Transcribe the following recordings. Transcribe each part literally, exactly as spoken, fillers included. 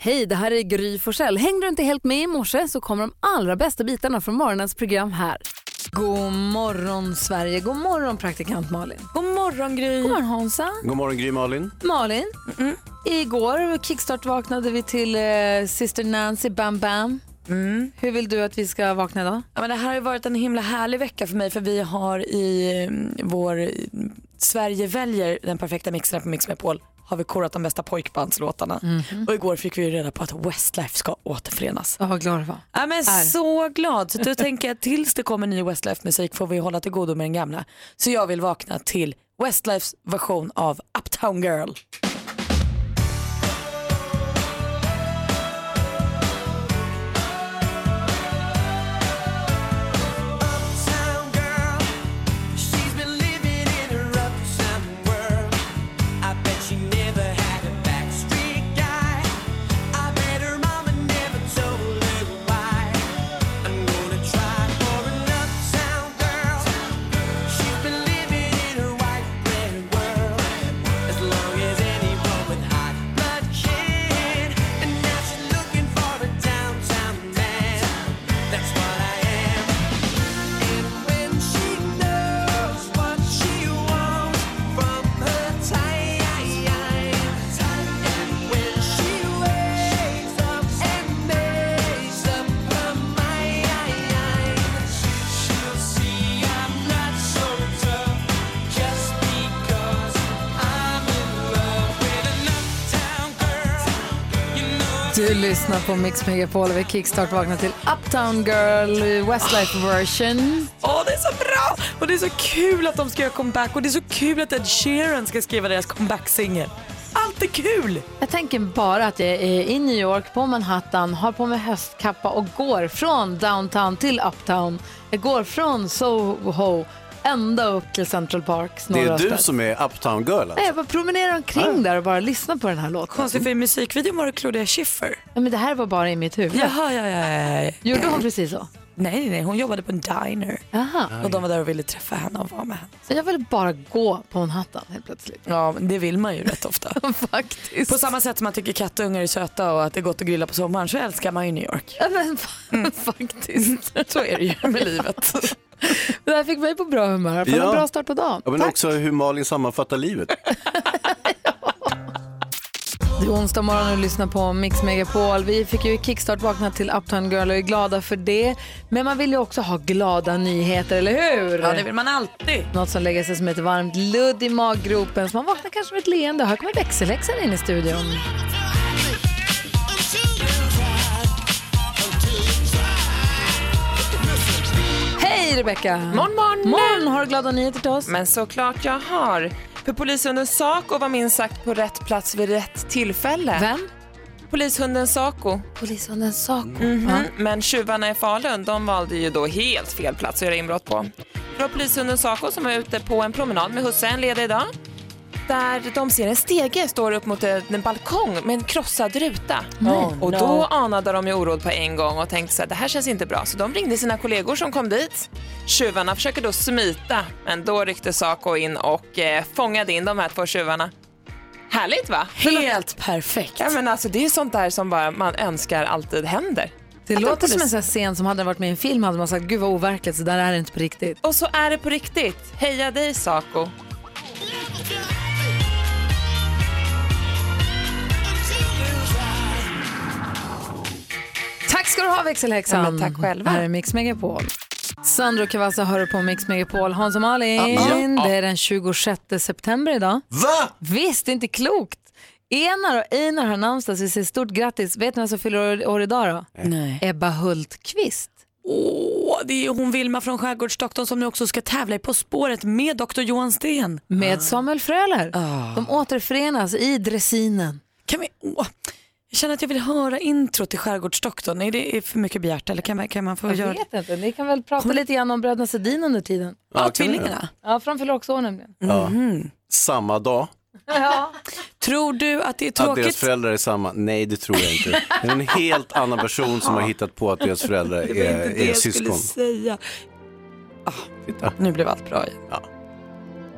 Hej, det här är Gry Forssell. Hängde du inte helt med i morse så kommer de allra bästa bitarna från morgonens program här. God morgon Sverige, god morgon praktikant Malin. God morgon Gry. God morgon Hansa. God morgon Gry Malin. Malin, Mm-mm. igår kickstart vaknade vi till eh, Sister Nancy Bam Bam. Mm. Hur vill du att vi ska vakna idag? Ja, men det här har ju varit en himla härlig vecka för mig, för vi har i um, vår Sverige väljer den perfekta mixen på Mix Megapol har vi korat de bästa pojkbandslåtarna. Mm-hmm. Och igår fick vi reda på att Westlife ska återförenas. Ja, vad glad det var. Ja, men är. så glad. Så du tänker att tills det kommer ny Westlife-musik får vi hålla till godo med den gamla. Så jag vill vakna till Westlifes version av Uptown Girl. Du lyssnar på Mix Megapol och vi kickstart vaknar till Uptown Girl Westlife version. Åh, oh, det är så bra! Och det är så kul att de ska göra comeback. Och det är så kul att Ed Sheeran ska skriva deras comeback-singel. Allt är kul! Jag tänker bara att jag är i New York på Manhattan, har på mig höstkappa och går från downtown till Uptown. Jag går från Soho ända upp till Central Park. Det är du stället. som är Uptown Girl alltså. Nej, jag bara promenerar omkring ja. där och bara lyssnar på den här låten. Konstigt, för i musikvideon var det Claudia Schiffer. Ja, men det här var bara i mitt huvud. Jaha, ja, ja, ja. Gjorde hon precis så? Nej, nej, hon jobbade på en diner. Aha. Och de var där och ville träffa henne och vara med henne. Så jag ville bara gå på Manhattan helt plötsligt. Ja, men det vill man ju rätt ofta. Faktiskt. På samma sätt som man tycker kattungar är söta och att det är gott att grilla på sommaren, så älskar man ju New York. Ja, men mm. faktiskt. Så är det ju med livet. Det här fick mig på bra humör. För ja. en bra start på dagen. Ja, men Tack. Också hur Malin sammanfattar livet. Det är onsdag morgon och lyssnar på Mix Megapol. Vi fick ju kickstart vakna till Uptown Girl och är glada för det. Men man vill ju också ha glada nyheter, eller hur? Ja, det vill man alltid. Något som lägger sig som ett varmt ludd i maggropen. Så man vaknar kanske med ett leende. Här kommer växelhäxan in i studion. Hej Rebecca! Morgon, morgon! Morgon, har du glada nyheter till oss? Men såklart jag har. För polishunden Sako var minst sagt på rätt plats vid rätt tillfälle. Vem? Polishunden Sako. Polishunden Sako. Mm-hmm. Ja. Men tjuvarna i Falun, de valde ju då helt fel plats att göra inbrott på. Det var polishunden Sako som var ute på en promenad med husse en ledig dag. Där de ser en stege står upp mot en balkong med en krossad ruta. Oh, och no. då anade de ju oråd på en gång och tänkte så här, det här känns inte bra. Så de ringde sina kollegor som kom dit. Tjuvarna försöker då smita, men då ryckte Sako in och eh, fångade in de här två tjuvarna. Härligt va? Helt perfekt. Ja, men alltså det är sånt där som bara man önskar alltid händer. Det att låter som en sån här scen som hade varit med i en film, hade man sagt, gud vad overkligt, så där är det inte på riktigt. Och så är det på riktigt. Heja dig Sako. Tack ska du ha växelhäxan. Ja, men tack själva. Här är Mix Megapol. Sandro Cavazza hör på Mix Megapol. Hans och Malin, ja, ja. Det är den tjugosjätte september idag. Va? Visst, det är inte klokt. Enar och Einar har namnsdag, så vi säger stort grattis. Vet ni vem som fyller år idag då? Nej. Ebba Hultqvist. Åh, det är hon Vilma från Skärgårdsdoktorn som nu också ska tävla i På spåret med doktor Johan Sten. Med Samuel Fröler. Ah. De återförenas i dressinen. Kan vi... Åh. Jag känner att jag vill höra intro till Skärgårdsdoktorn. Är det för mycket begärt eller kan man, kan man få jag göra... Jag vet inte, ni kan väl prata Kom... lite grann om bröderna Sedin under tiden. Ja, ja tvillingarna. Ja, framför också år nämligen. Ja. Mm. Samma dag. Ja. Tror du att det är tråkigt? Att deras föräldrar är samma? Nej, det tror jag inte. Det är en helt annan person som har hittat på att deras föräldrar är, är, är jag syskon. Säga. Ah, nu blev allt bra igen. Ja.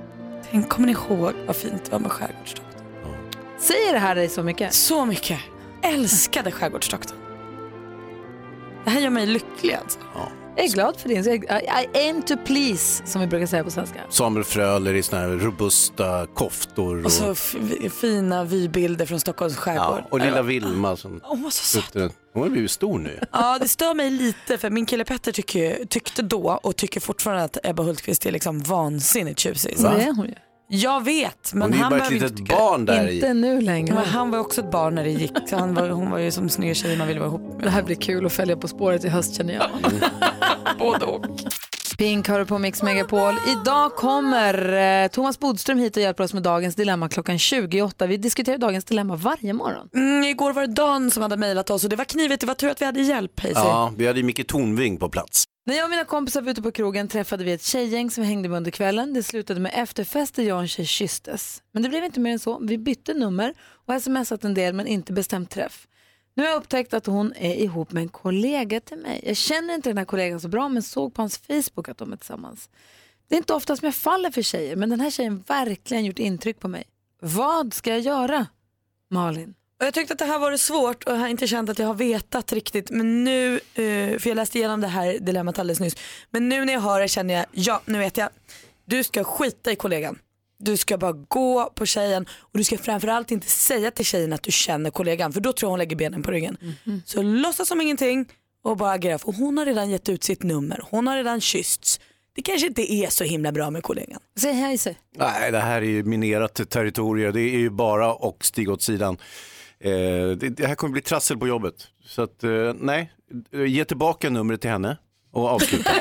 Tänk, kommer ni ihåg vad fint det var med Skärgårdsdoktorn? Ja. Säger det här dig så mycket? Så mycket. älskade Skärgårdsdoktorn. Det här gör mig lycklig alltså. Ja. Jag är glad för det. I, I aim to please, som vi brukar säga på svenska. Samuel Fröler i såna här robusta koftor. Och, och så f- fina vybilder från Stockholms skärgård. Ja, och lilla Vilma som... Hon var så söt. Hon har blivit stor nu. Ja, det stör mig lite för min kille Petter tycker, tyckte då och tycker fortfarande att Ebba Hultqvist är liksom vansinnigt tjusig. Det är hon ju. Jag vet, men hon är han bara ett litet barn där inte i. nu längre. Men han var också ett barn när det gick. Så han var, hon var ju som snygg tjej man ville vara ihop med. Det här blir kul att följa På spåret i höst, känner jag. Både och. Pink har du på Mix Megapol. Idag kommer eh, Thomas Bodström hit och hjälper oss med dagens dilemma klockan tjugoåtta. Vi diskuterar dagens dilemma varje morgon. Mm, igår var det Dan som hade mejlat oss och det var knivigt. Det var tur att vi hade hjälp. Hej, ja, vi hade ju Micke Tornving på plats. När jag och mina kompisar var ute på krogen träffade vi ett tjejgäng som vi hängde med under kvällen. Det slutade med efterfest där jag och en tjej kysstes. Men det blev inte mer än så. Vi bytte nummer och smsat en del men inte bestämt träff. Nu har jag upptäckt att hon är ihop med en kollega till mig. Jag känner inte den här kollegan så bra men såg på hans Facebook att de är tillsammans. Det är inte ofta som jag faller för tjejer men den här tjejen verkligen gjort intryck på mig. Vad ska jag göra, Malin? Och jag tyckte att det här var det svårt och jag har inte känt att jag har vetat riktigt. Men nu, för jag läste igenom det här dilemmat alldeles nyss. Men nu när jag hör det känner jag, ja nu vet jag. Du ska skita i kollegan. Du ska bara gå på tjejen och du ska framförallt inte säga till tjejen att du känner kollegan. För då tror jag hon lägger benen på ryggen. Mm-hmm. Så låtsas som ingenting och bara agera. För hon har redan gett ut sitt nummer. Hon har redan kyssts. Det kanske inte är så himla bra med kollegan. Säg hej sig. Nej, det här är ju minerat territorium. Det är ju bara och stig åt sidan. Eh, det, det här kommer bli trassel på jobbet. Så att, eh, nej, ge tillbaka numret till henne och avsluta.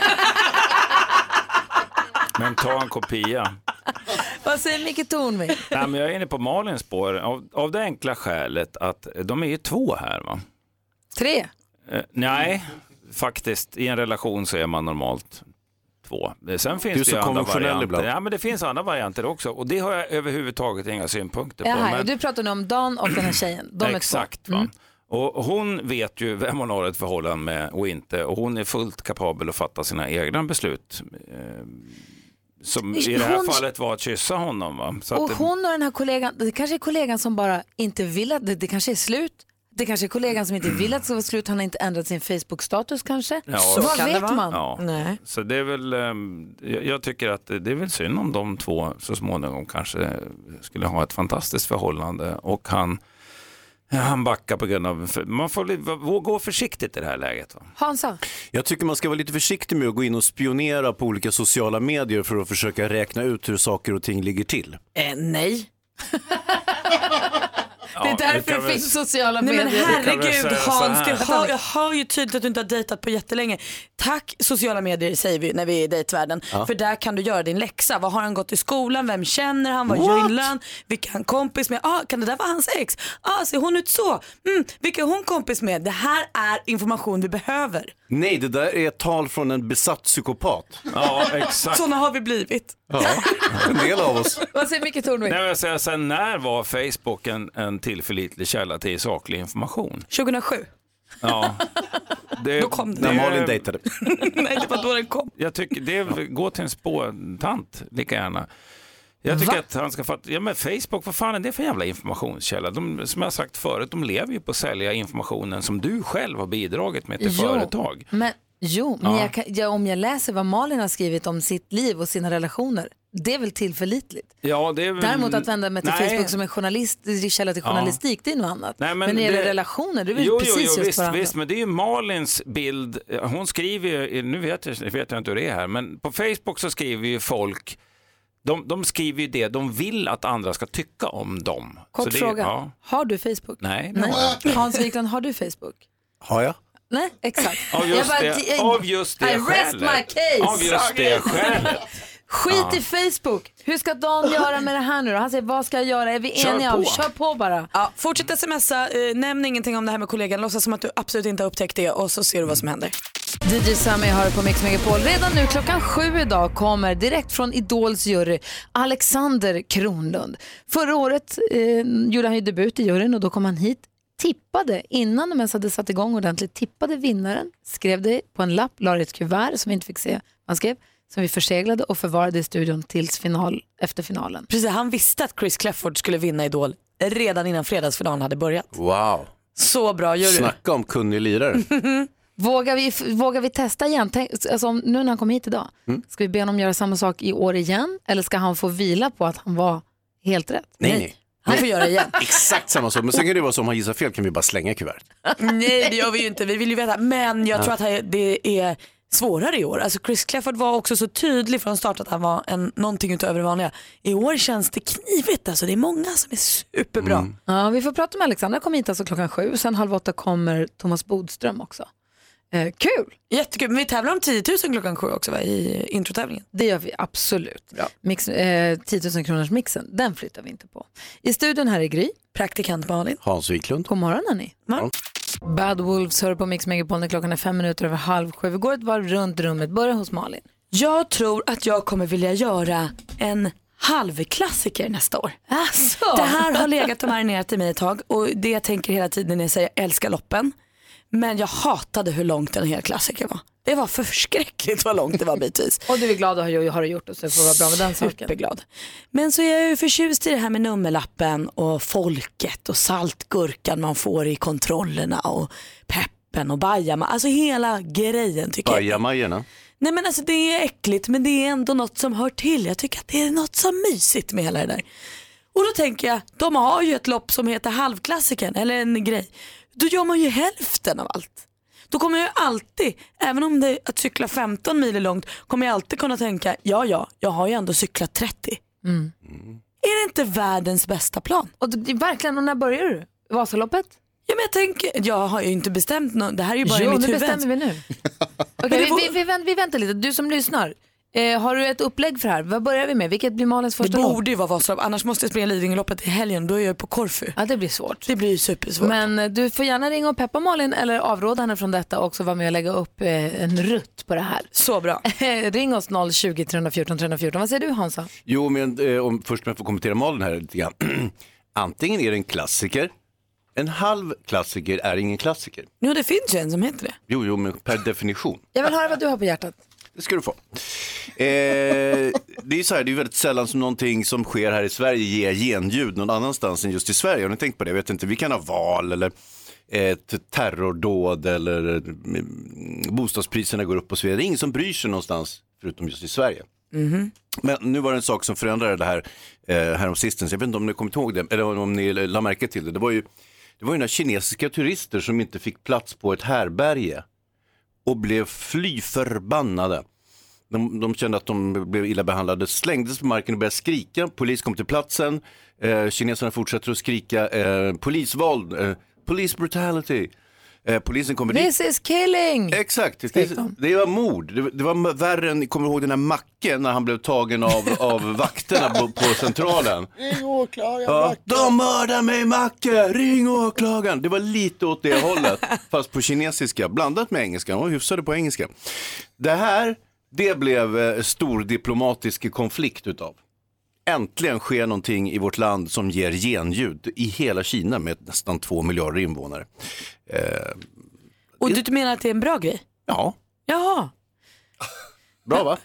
Men ta en kopia. Vad säger Micke Tornving? Nej, men jag är inne på Malins spår av, av det enkla skälet att de är ju två här, va? Tre? Eh, nej, faktiskt i en relation så är man normalt två. Sen finns du är det så ju andra varianter. ibland. Ja, men det finns andra varianter också och det har jag överhuvudtaget inga synpunkter på. Jaha, men... du pratar nu om Dan och den här tjejen. De Exakt, är två. Mm. va? Och hon vet ju vem hon har ett förhållande med och inte. Och hon är fullt kapabel att fatta sina egna beslut. Eh, som i det här hon... fallet var att kyssa honom. Va? Så och att det... hon och den här kollegan, det kanske är kollegan som bara inte vill att det, det kanske är slut. Det kanske är kollegan som inte vill att det ska vara slut. Han har inte ändrat sin Facebook-status kanske. Ja, så vad vet man? Ja. Nej. Så det är väl, um, jag, jag tycker att det är väl synd om de två så småningom kanske skulle ha ett fantastiskt förhållande. Och han, han backar på grund av, man får gå försiktigt i det här läget. Va? Hansa? Jag tycker man ska vara lite försiktig med att gå in och spionera på olika sociala medier för att försöka räkna ut hur saker och ting ligger till. Eh, nej. Det är därför det, det finns väl... sociala medier. Nej, men herregud Hans, du hör, jag hör ju tydligt att du inte har dejtat på jättelänge. Tack sociala medier säger vi när vi är i dejtvärlden. Ja. För där kan du göra din läxa. Vad har han gått i skolan? Vem känner han? Vad gör han? Vilka han kompis med? Ah, kan det där vara hans ex? Ah, ser hon ut så? Mm, vilka är hon kompis med? Det här är information vi behöver. Nej, det där är ett tal från en besatt psykopat. Ja, exakt. Såna har vi blivit. Ja, en del av oss. Vad säger Micke Tornving? Nej, jag säger, sen när var Facebook en, en tillförlitlig källa till saklig information? tjugohundrasju. Ja. Det, då kom det. När Malin dejtade. Nej, det var då den kom. Jag tycker det går till en spåtant lika gärna. Jag tycker Va? att han ska fatta, ja men Facebook, vad fan är det för jävla informationskälla? De, som jag sagt förut, de lever ju på att sälja informationen som du själv har bidragit med till jo, företag. Men, jo, men ja. jag kan, ja, om jag läser vad Malin har skrivit om sitt liv och sina relationer, det är väl tillförlitligt. Ja, det är väl... Däremot att vända mig till Nej. Facebook som en journalist, källa till journalistik, ja. Det är något annat. Nej, men men när det gäller relationer, det är väl jo, precis jo, jo, just visst, varandra. visst, men det är ju Malins bild. Hon skriver ju, nu vet jag, vet jag inte hur det är här, men på Facebook så skriver ju folk, de, de skriver ju det, de vill att andra ska tycka om dem. Kort så det, fråga, ja. har du Facebook? Nej. Nej. Hans Wiklund, har du Facebook? Har jag? Nej, exakt. Av just, bara, det, av just det I rest my case. Av just det skälet. Skit ja. i Facebook. Hur ska Dan göra med det här nu då? Han säger, vad ska jag göra? Är vi Kör eniga på. om? Kör på bara. Ja, fortsätt smsa, eh, nämn ingenting om det här med kollegan. Låtsas som att du absolut inte har upptäckt det och så ser du vad som händer. D J Sammy har på Mix Megapol. Redan nu klockan sju idag kommer direkt från Idols jury Alexander Kronlund. Förra året eh, gjorde han ju debut i juryn och då kom han hit. Tippade, innan de ens hade satt igång ordentligt, tippade vinnaren, skrev det på en lapp, la det i ett kuvert som vi inte fick se. Han skrev, som vi förseglade och förvarade i studion tills final, efter finalen. Precis, han visste att Chris Clafford skulle vinna Idol redan innan fredagsfinalen hade börjat. Wow. Så bra, gör du. Snacka om kunnig lirare. Vågar vi, vågar vi testa igen? Tänk, alltså, om, nu när han kom hit idag, Mm. ska vi be honom göra samma sak i år igen? Eller ska han få vila på att han var helt rätt? Nej, nej. Han får göra det igen. Exakt samma sak. Men sen kan det vara så om han gissar fel kan vi bara slänga kuvertet. Nej, det gör vi ju inte. Vi vill ju veta. Men jag tror att det är svårare i år. Alltså Chris Clafford var också så tydlig från start att han var en, någonting utöver det vanliga. I år känns det knivigt. Alltså det är många som är superbra. Mm. Ja, vi får prata med Alexandra. Kommer hit alltså klockan sju. Sen halv åtta kommer Thomas Bodström också. Eh, kul! Jättekul. Men vi tävlar om tio tusen klockan sju också, va? I introtävlingen. Det gör vi absolut. Mix, eh, tio tusen kronors mixen, den flyttar vi inte på. I studion här är Gry. Praktikant Malin. Hans Wiklund. God morgon, hörni. Ja. Bad Wolves hör på Mix Megapol när klockan är fem minuter över halv sju. Vi går ett varv runt rummet. Börja hos Malin. Jag tror att jag kommer vilja göra en halvklassiker nästa år. Alltså. Det här har legat och marinerat i mig ett tag och det jag tänker hela tiden är att jag älskar loppen. Men jag hatade hur långt en hel klassiker var. Det var förskräckligt vad långt det var bitvis. Och du är glad att ha, har gjort det så det får vara bra med den saken. Superglad. Men så är jag ju förtjust i det här med nummerlappen och folket och saltgurkan man får i kontrollerna och peppen och bajama. Alltså hela grejen tycker jag. Bajamajorna. Nej men alltså det är äckligt men det är ändå något som hör till. Jag tycker att det är något så mysigt med hela det där. Och då tänker jag, de har ju ett lopp som heter halvklassiken eller en grej. Då gör man ju hälften av allt. Då kommer jag alltid, även om det att cykla femton mil är långt, kommer jag alltid kunna tänka, ja ja, jag har ju ändå cyklat trettio. Mm. Är det inte världens bästa plan? Och det, verkligen, och när börjar du? Vasaloppet? Ja men jag tänker, jag har ju inte bestämt något, det här är ju bara jo, i mitt huvud. Jo, det bestämmer vi nu. Okej, vi, vi, vi, väntar, vi väntar lite, du som lyssnar. Eh, har du ett upplägg för det här? Vad börjar vi med? Vilket blir Malins första lopp? Det lopp? borde ju vara Vasalopp, annars måste jag springa Lidingöloppet i helgen, då är jag på Korfu. Ja, det blir svårt. Det blir ju supersvårt. Men eh, du får gärna ringa och peppa Malin eller avråda henne från detta och också vara med och lägga upp eh, en rutt på det här. Så bra. Ring oss noll tjugo, tre fjorton, tre fjorton. Vad säger du Hansa? Jo, men eh, om, först om jag får kommentera Malin här lite grann. Antingen är det en klassiker. En halv klassiker är ingen klassiker. Jo, det finns ju en som heter det. Jo, jo, men per definition. Jag vill höra vad du har på hjärtat. Det ska du få. Eh, det är så här, det är väldigt sällan som någonting som sker här i Sverige ger genljud någon annanstans än just i Sverige. Har ni tänkt på det? Jag vet inte, vi kan ha val eller ett terrordåd eller mm, bostadspriserna går upp och så vidare. Det är ingen som bryr sig någonstans förutom just i Sverige. Mm-hmm. Men nu var det en sak som förändrade det här eh, här om sistens. Jag vet inte om ni kommit ihåg det eller om ni la märke till det. Det var ju, det var ju några kinesiska turister som inte fick plats på ett härberge och blev fly förbannade. De, de kände att de blev illa behandlade, slängdes på marken och började skrika. Polis kom till platsen. Eh, kineserna fortsätter att skrika eh, polisvåld, eh, police brutality. Eh, polisen kommer dit. This is killing! Exakt, det, det var mord. Det, det var värre än, kommer du ihåg den här Macke när han blev tagen av, av vakterna på, på centralen? Ring åklagaren, ja, de mördar mig Macke, ring åklagaren. Det var lite åt det hållet, fast på kinesiska, blandat med engelska. Och hyfsade på engelska. Det här, det blev eh, stor diplomatisk konflikt utav. Äntligen sker någonting i vårt land som ger genljud i hela Kina med nästan två miljarder invånare. Eh, Och du menar att det är en bra grej? ja. Jaha. Bra va?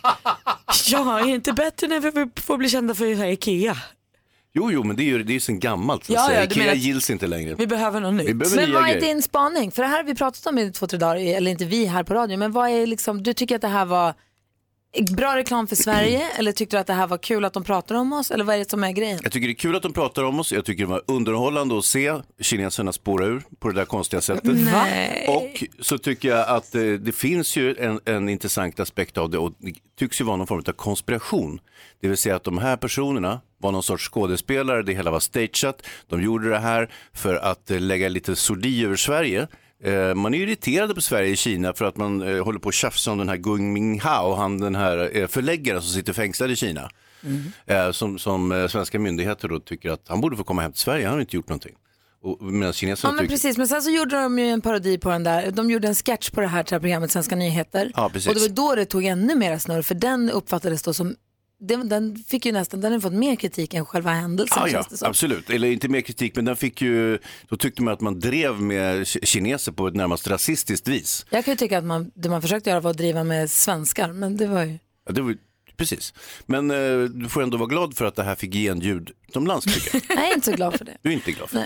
Ja, är inte bättre när vi får bli kända för här Ikea? Jo, jo, men det är ju det är sen gammalt. Så Ja, att säga. ja, du Ikea menar- gills inte längre. Vi behöver något nytt. Vi behöver Men nya vad är grejer. din spaning? För det här har vi pratat om i två, tre dagar, eller inte vi här på radio, men vad är liksom, du tycker att det här var bra reklam för Sverige eller tyckte du att det här var kul att de pratar om oss eller vad är det som är grejen? Jag tycker det är kul att de pratar om oss. Jag tycker det var underhållande att se kineserna spåra ur på det där konstiga sättet. Nej. Och så tycker jag att eh, det finns ju en, en intressant aspekt av det och det tycks ju vara någon form av konspiration. Det vill säga att de här personerna var någon sorts skådespelare, det hela var stageat. De gjorde det här för att eh, lägga lite sordi över Sverige. Eh, man är irriterad på Sverige i Kina för att man eh, håller på att tjafsa om den här Gung Minghao, han den här eh, förläggaren som sitter fängslad i Kina. Mm. Eh, som som eh, svenska myndigheter då tycker att han borde få komma hem till Sverige, han har inte gjort någonting. Och, medan kineserna Ja men tycker... precis, men sen så gjorde de ju en parodi på den där, de gjorde en sketch på det här till programmet Svenska nyheter. Ja, precis. Och det var då det tog ännu mer snurr för den uppfattades då som Den, den fick ju nästan, den har fått mer kritik än själva händelsen. Ja, ja, känns det som. absolut. Eller inte mer kritik, men den fick ju, då tyckte man att man drev med ki- kineser på ett närmast rasistiskt vis. Jag kan ju tycka att man, det man försökte göra var att driva med svenskar, men det var ju... Ja, det var, precis. Men eh, du får ändå vara glad för att det här fick genljud utomlands, tycker jag. Jag är inte så glad för det. Du är inte glad för det? Nej.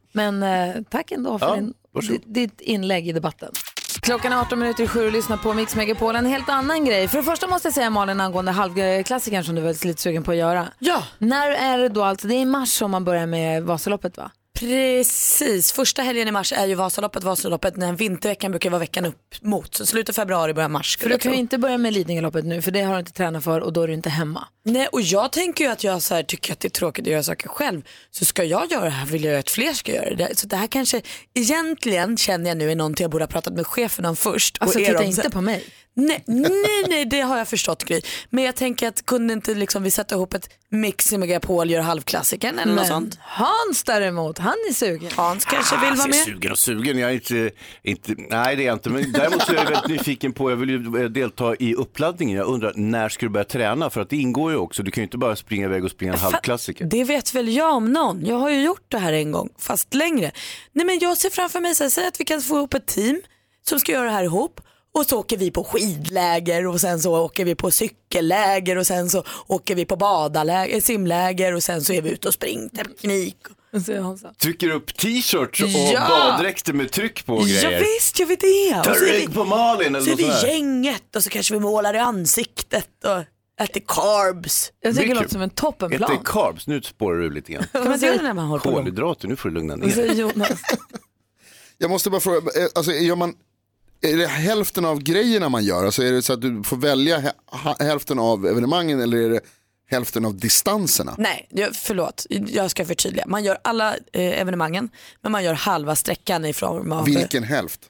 Men eh, tack ändå för Ja, din, varsågod. ditt inlägg i debatten. Klockan är arton minuter i sju och lyssnar på Mix Megapol. En helt annan grej. För det första måste jag säga, Malin, angående halvklassikern som du var lite sugen på att göra. Ja. När är det då? Alltså, det är i mars som man börjar med Vasaloppet, va? Precis, första helgen i mars är ju Vasaloppet. Vasaloppet, när vinterveckan brukar vara veckan upp mot. Så slutet februari börjar mars. För du kan ju inte börja med Lidingöloppet nu, för det har du inte tränat för och då är du inte hemma. Nej, och jag tänker ju att jag så här, tycker att det är tråkigt att göra saker själv. Så ska jag göra det här vill jag att fler ska göra det. Så det här kanske, egentligen känner jag nu är någonting jag borde ha pratat med chefen om först. Alltså och titta om, inte på mig. Nej, nej, nej, det har jag förstått, Gry. Men jag tänker att kunde inte liksom vi sätta ihop ett Mix i Megapol, gör halvklassikern eller något sånt. Hans däremot, han är sugen. Hans kanske vill vara Jag är med. sugen och sugen, jag är inte, inte, nej det är jag inte, men däremot så är jag väldigt nyfiken på, jag vill ju delta i uppladdningen, jag undrar när ska du börja träna, för att det ingår ju också, du kan ju inte bara springa iväg och springa en halvklassiker. Det vet väl jag om någon. Jag har ju gjort det här en gång, fast längre. Nej, men jag ser framför mig så här, säg att vi kan få ihop ett team som ska göra det här ihop. Och så åker vi på skidläger och sen så åker vi på cykelläger och sen så åker vi på badaläger, simläger och sen så är vi ute och springteknik. Trycker upp t-shirts och Ja. baddräkter med tryck på och grejer. Ja visst, gör vi det. Ta Och så är rygg vi, på Malin eller så är något vi sånt där. gänget och så kanske vi målar i ansiktet och äter carbs. Jag tycker det Mycket. låter som en toppenplan. Äter carbs, nu spårar du lite grann. Kan man göra det när man håller på? Kolhydrater, nu får du lugna Och så ner. är Jonas. Jag måste bara fråga, eh, alltså, gör man, är det hälften av grejerna man gör? Alltså är det så att du får välja hä- hälften av evenemangen eller är det hälften av distanserna? Nej, jag, förlåt. Jag ska förtydliga. Man gör alla eh, evenemangen, men man gör halva sträckan i form av... Vilken hälft?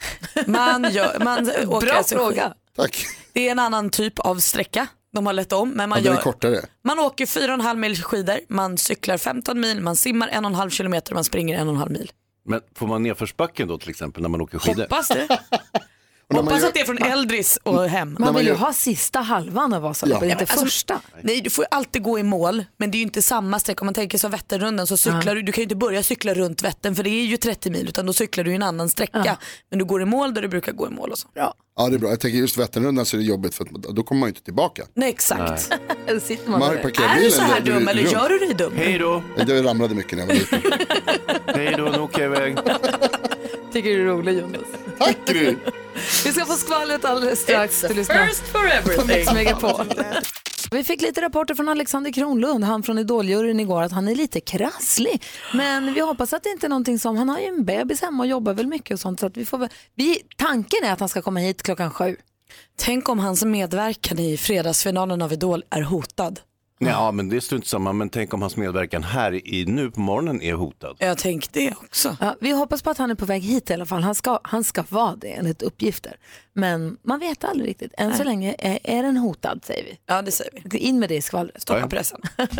Man gör, man åker Bra alltså, fråga. Tack. Det är en annan typ av sträcka. De har lett om, men man Ja, den är gör... kortare. Man åker fyra och en halv mil skidor, man cyklar femton mil, man simmar en och en halv kilometer, man springer en och en halv mil. Men får man nedförsbacken då till exempel när man åker skidor? Hoppas det. Och när man Hoppas gör- att det är från Eldris och hem. Man man vill ju gör- ha sista halvan av Vasaloppet, Ja. inte Alltså, första. Nej, du får ju alltid gå i mål, men det är ju inte samma sträcka. Om man tänker så Vätternrundan så cyklar du, du kan ju inte börja cykla runt Vättern för det är ju trettio mil, utan då cyklar du i en annan sträcka. Ja. Men du går i mål där du brukar gå i mål och så. Ja. Ja, det är bra. Jag tänker just Vätternrundan så är det jobbigt för att då kommer man ju inte tillbaka. Nej, exakt. Eller sitter man Man har där. ju parkerat Är du bilen. så här där- dum eller runt. gör du dig dum? Hej då, Jag ramlade mycket när jag var liten. hej då, nu åker jag iväg. Tycker du är rolig, Jonas. Tack Gry. Vi ska få skvallret alldeles strax. Du lyssnar First for på Mix everything. Megapol. Vi fick lite rapporter från Alexander Kronlund, han från Idoljuryn igår, att han är lite krasslig. Men vi hoppas att det inte är någonting som, han har ju en bebis hemma och jobbar väl mycket och sånt. Så att vi får väl, vi, tanken är att han ska komma hit klockan sju. Tänk om hans medverkan i fredagsfinalen av Idol är hotad. Ja, men det står inte samma, men tänk om hans medverkan här i nu på morgonen är hotad. Jag tänkte det också. Ja, vi hoppas på att han är på väg hit i alla fall. Han ska, han ska vara det enligt uppgifter. Men man vet aldrig riktigt. Än så Nej. länge är, är den hotad, säger vi. Ja, det säger vi. In med det i skvallret. Stoppa pressen.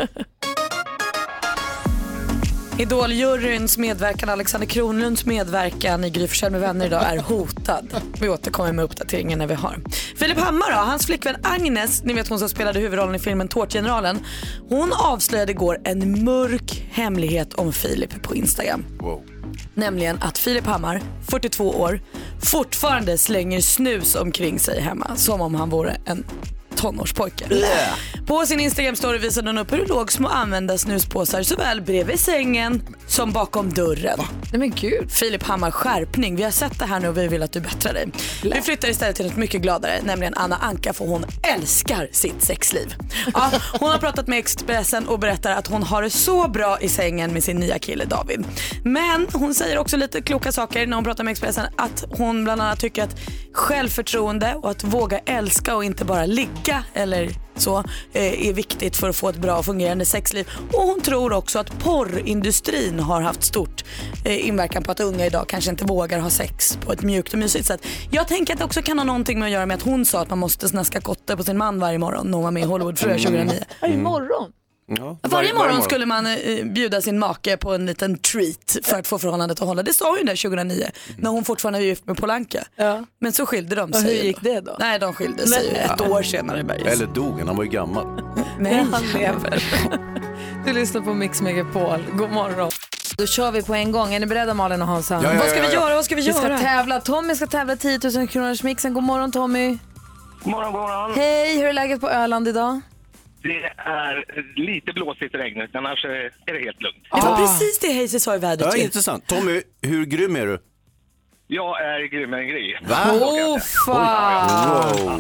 Idoljuryns medverkan, Alexander Kronlunds medverkan i Gry Forssell med vänner idag är hotad. Vi återkommer med uppdateringen när vi har. Filip Hammar då, hans flickvän Agnes, ni vet hon som spelade huvudrollen i filmen Tårtgeneralen. Hon avslöjade igår en mörk hemlighet om Filip på Instagram. Wow. Nämligen att Filip Hammar, fyrtiotvå år, fortfarande slänger snus omkring sig hemma som om han vore en tonårspojke. Yeah. På sin Instagram-story visade hon upp hur det låg små använda snuspåsar såväl bredvid sängen som bakom dörren. Nej men gud. Filip Hammar, skärpning. Vi har sett det här nu och vi vill att du bättrar dig. Vi flyttar istället till något mycket gladare, nämligen Anna Anka, för hon älskar sitt sexliv. Ja, hon har pratat med Expressen och berättar att hon har det så bra i sängen med sin nya kille David. Men hon säger också lite kloka saker när hon pratar med Expressen, att hon bland annat tycker att självförtroende och att våga älska och inte bara ligga eller så eh, är viktigt för att få ett bra fungerande sexliv. Och hon tror också att porrindustrin har haft stort eh, inverkan på att unga idag kanske inte vågar ha sex på ett mjukt och mysigt sätt. Jag tänker att det också kan ha någonting med att göra med att hon sa att man måste snaska kotte på sin man varje morgon när hon var med i Hollywoodfruar tjugohundranion. Mm. Imorgon. Ja, Varje, varje morgon skulle man eh, bjuda sin make på en liten treat för att få förhållandet att hålla. Det sa hon där tjugohundranion mm. när hon fortfarande var gift med Polanka. Ja. Men så skilde de sig. Och hur gick det då? Nej, de skilde sig ju ett år senare. Bergs. Eller dog han, han var ju gammal. Nej, han lever. Du lyssnar på Mix Megapol. God morgon. Då kör vi på en gång. Är ni beredda, Malin och Hansa? Ja, ja, Vad ska vi ja, ja. göra? Vad ska vi, Vi ska göra? tävla. Tommy ska tävla tio tusen kronors mixen. God morgon, Tommy. God morgon, god morgon. Hej, hur är läget på Öland idag? Det är lite blåsigt i regnet, annars är det helt lugnt. Det var precis det Hayes sa i vädret. Ja, intressant. Tommy, hur grym är du? Jag är grymmare än Gry. Va? Åh, fan! Wow.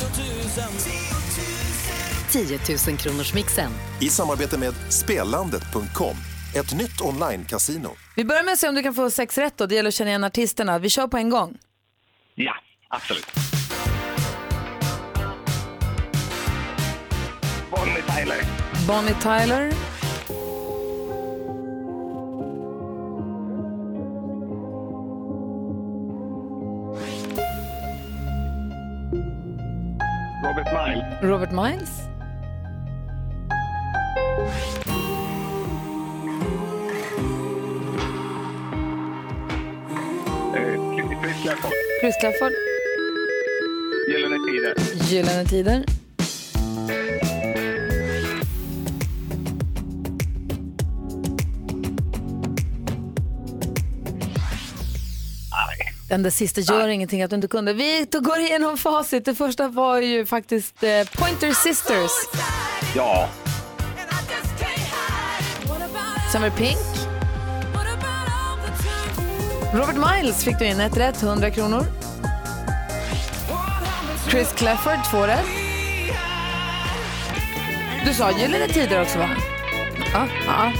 tio tusen kronors mixen. I samarbete med spelandet punkt com. Ett nytt online-casino. Vi börjar med att se om du kan få sex rätt då. Det gäller att känna igen artisterna. Vi kör på en gång. Ja, absolut. Bonnie Tyler. Bonnie Tyler. Robert Miles. Robert Miles. Chris Clafford. Chris Clafford. Gyllene Tider. Gyllene Tider. Den där sista gör ingenting att du inte kunde. Vi går igenom facit. Det första var ju faktiskt eh, Pointer Sisters. Ja. Sen var det Pink. Robert Miles fick du in ett rätt, hundra kronor. Chris Clafford, två rätt. Du sa Gyllene Tider också, va? Ja, ja.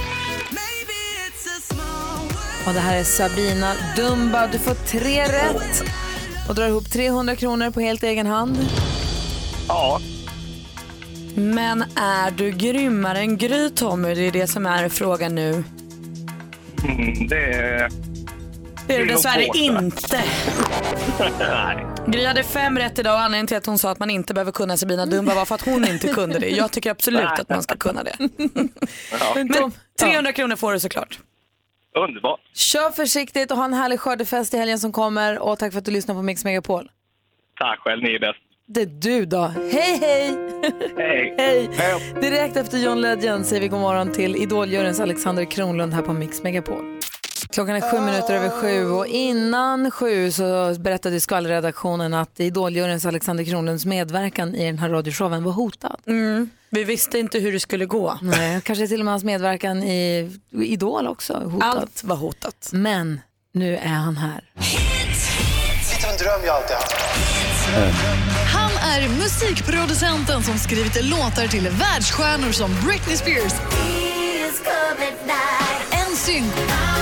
Och det här är Sabina Dumba. Du får tre rätt och drar ihop trehundra kronor på helt egen hand. Ja. Men är du grymmare än Gry, Tommy? Det är det som är frågan nu. Mm, det är... Det är det dessvärre inte. Nej. Gry hade fem rätt idag och anledningen till att hon sa att man inte behöver kunna Sabina Dumba var för att hon inte kunde det. Jag tycker absolut att man ska kunna det. Ja. Men trehundra kronor får du såklart. Underbart. Kör försiktigt och ha en härlig skördefest i helgen som kommer. Och tack för att du lyssnar på Mix Megapol. Tack själv, ni är bäst. Det är du då. Hej, hej! Hej. Hej! Direkt efter John Legend säger vi god morgon till Idoljuryns Alexander Kronlund här på Mix Megapol. Klockan är sju minuter över sju och innan sju så berättade skvallredaktionen att Idoljuryns Alexander Kronlunds medverkan i den här radioshowen var hotad. Mm. Vi visste inte hur det skulle gå. Nej, kanske till och med hans medverkan i Idol också hotat. Allt var hotat. Men nu är han här. Lite av en dröm jag alltid haft. Han är musikproducenten som skrivit låtar till världsstjärnor som Britney Spears, N Sync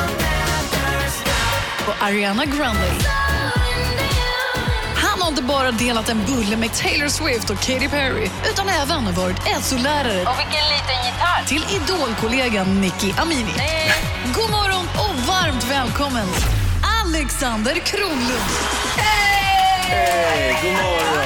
och Ariana Grande. Han har inte bara delat en bulle med Taylor Swift och Katy Perry utan även varit S O-lärare. Och vilken liten gitarr. Till idolkollegan Nicki Amini. Nej. God morgon och varmt välkommen Alexander Kronlund. Hej! Hey, god morgon!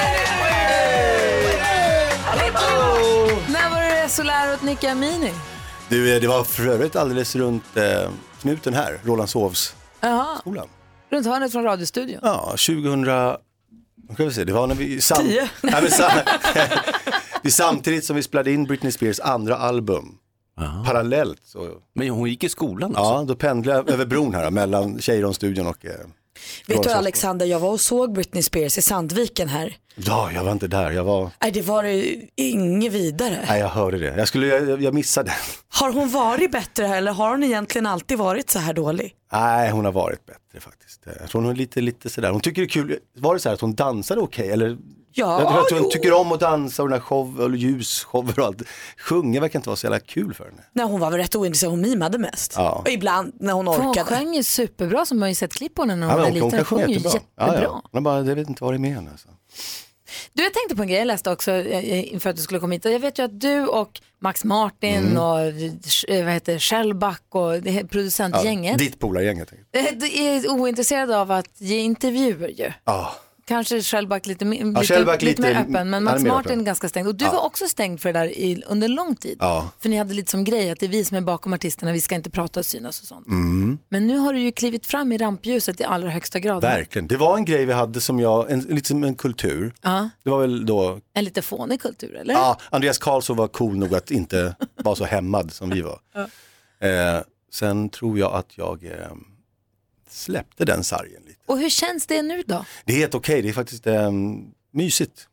Hey! När var du S O-lärare åt Nicki Amini? Du, det var för övrigt alldeles runt eh, knuten här, Rålambshovs skolan. Runt hörnet från radiostudion? Ja, tjugohundra... Ska vi se, det var när vi... Sam... Tio? Nej, men sam... vi samtidigt som vi spelade in Britney Spears andra album. Aha. Parallellt. Så... Men hon gick i skolan också. Ja, då pendlade jag över bron här mellan Tjejronstudion och... Eh, Vet du Alexander, jag var och såg Britney Spears i Sandviken här. Ja, jag var inte där, jag var... Nej, det var inget vidare. Nej, jag hörde det. Jag, skulle, jag, jag missade. Har hon varit bättre här eller har hon egentligen alltid varit så här dålig? Nej, hon har varit bättre faktiskt. Jag tror hon är lite, lite sådär. Hon tycker det är kul. Var det så här att hon dansade okej? Okay? Eller... Ja, jag tror hon jo. tycker om att dansa och den här show, och ljusshower och allt. Sjunga verkar inte vara så jävla kul för henne. Nej, hon var väl rätt ointresserad, hon mimade mest. Ja. Och ibland när hon orkade. Hon sjöng ju superbra som man ju sett klipp på henne när ja, hon var hon, liten. hon, hon sjöng ju jättebra. jättebra. Ja, ja. Bara, jag vet inte vad det är med henne. Alltså. Du, jag tänkte på en grej, jag läste också inför att du skulle komma hit. Jag vet ju att du och Max Martin mm. och vad heter Shellback och det producentgänget. Ja, ditt polargänget. Du är ointresserad av att ge intervjuer ju. Ja. Kanske Shellback lite, lite, Shellback lite, lite mer öppen, men Max Martin är ganska stängd. Och du ja. var också stängd för det där i, under lång tid. Ja. För ni hade lite som grej att det är vi som är bakom artisterna, vi ska inte prata och synas och sånt. Mm. Men nu har du ju klivit fram i rampljuset i allra högsta grad. Verkligen. Det var en grej vi hade som jag, en, lite som en kultur. Ja. Det var väl då... En lite fånig kultur, eller? Ja, Andreas Karlsson var cool nog att inte vara så hämmad som vi var. Ja. Eh, sen tror jag att jag eh, släppte den sargen lite. Och hur känns det nu då? Det är helt okej, det är faktiskt eh, mysigt.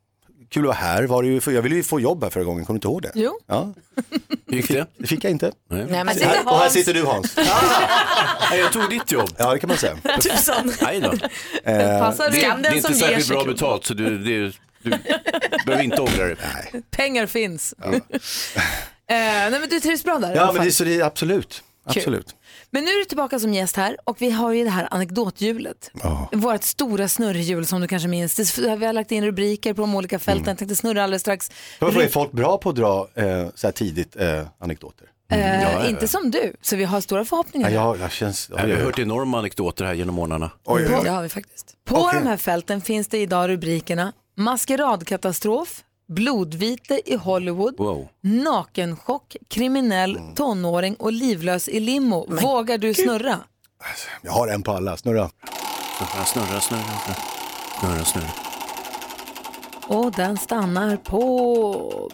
kul att vara här. Var det ju, för jag ville ju få jobb här förra gången, kommer du inte ihåg det? Jo. Ja. Gick det? Det fick jag inte. Nej. Nej, men Här, och här sitter du Hans. Ah, jag tog ditt jobb. Ja, det kan man säga. Tusan. Nej då. Eh, Passar Det, du? det den är inte som ger särskilt sig bra kronor. betalt så du, det, du behöver inte ångra dig. nej. Pengar finns. eh, nej, men du trivs bra där i alla Ja, men fall. det, så det är absolut. Absolut. Men nu är du tillbaka som gäst här och vi har ju det här anekdothjulet. Ja. Vårt stora snurrhjul som du kanske minns. Det- Vi har lagt in rubriker på de olika fälten. Mm. Jag tänkte snurra alldeles strax. Varför är folk bra på att dra eh, så här tidigt eh, anekdoter? Eh, ja, ja. Inte som du, så vi har stora förhoppningar. Ja, jag, jag känns... Jag har hört enorma anekdoter här genom månaderna. Oj, oj, På, oj. det har vi faktiskt. På Okej. de här fälten finns det idag rubrikerna maskeradkatastrof, blodvite i Hollywood, Wow. nakenchock, kriminell, tonåring och livlös i limo. Vågar du snurra? Jag har en på alla, snurra. Snurra, snurra, snurra. Snurra, snurra. Och den stannar på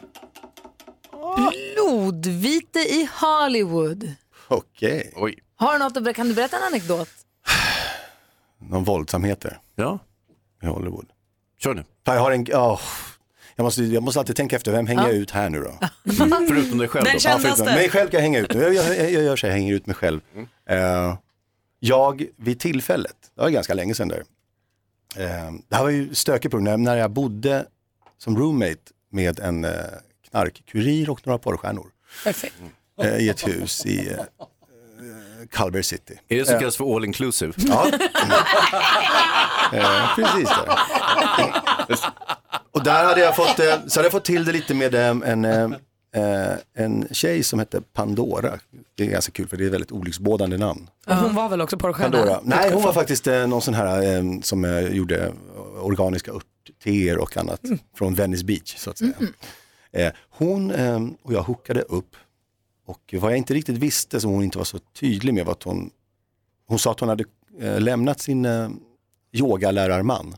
blodvite i Hollywood. Okej. Oj. Har du något att berätta? Kan du berätta en anekdot? Någon våldsamheter Ja, i Hollywood. kör nu. Fan, jag har en... Oh. Jag, måste, jag måste alltid tänka efter, vem hänger Ja. jag ut här nu då? Förutom dig själv Den då. känns- Ja, förutom, mig själv kan jag hänga ut nu. Jag, jag, jag, jag gör så, jag hänger ut mig själv. Eh, jag, vid tillfället, det var ganska länge sedan där. Eh, det här var ju stökigt på när, när jag bodde som roommate med en eh, knarkkurir och några porrstjärnor. Perfekt. Eh, I ett hus i eh, Culver City. Är det som kallas för all inclusive? Ja, eh, precis det. Och där hade jag fått, eh, så hade jag fått till det lite med eh, en, eh, en tjej som hette Pandora. Det är ganska kul för det är ett väldigt olycksbådande namn. Och hon var väl också porrstjärna? Pandora. Nej, hon var faktiskt eh, någon sån här eh, som eh, gjorde organiska örtteer och annat från Venice Beach så att säga. Eh, hon eh, och jag hookade upp och vad jag inte riktigt visste som hon inte var så tydlig med var att hon, hon sa att hon hade eh, lämnat sin eh, yogalärarman.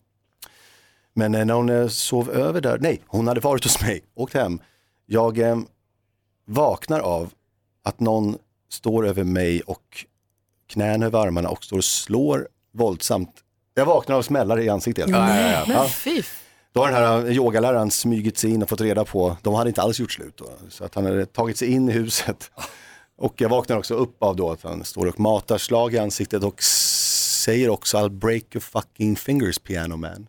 Men eh, när hon eh, sov över där, nej, hon hade varit hos mig, åkt hem. Jag eh, vaknar av att någon står över mig och knän över armarna och står och slår våldsamt. Jag vaknar av smällar i ansiktet. Ja, ja, ja. Men Ja. fy. Då har den här yogaläraren smygit sig in och fått reda på, de hade inte alls gjort slut då, så att han hade tagit sig in i huset. Och jag vaknar också upp av då att han står och matar slag i ansiktet och säger också I'll break your fucking fingers piano man.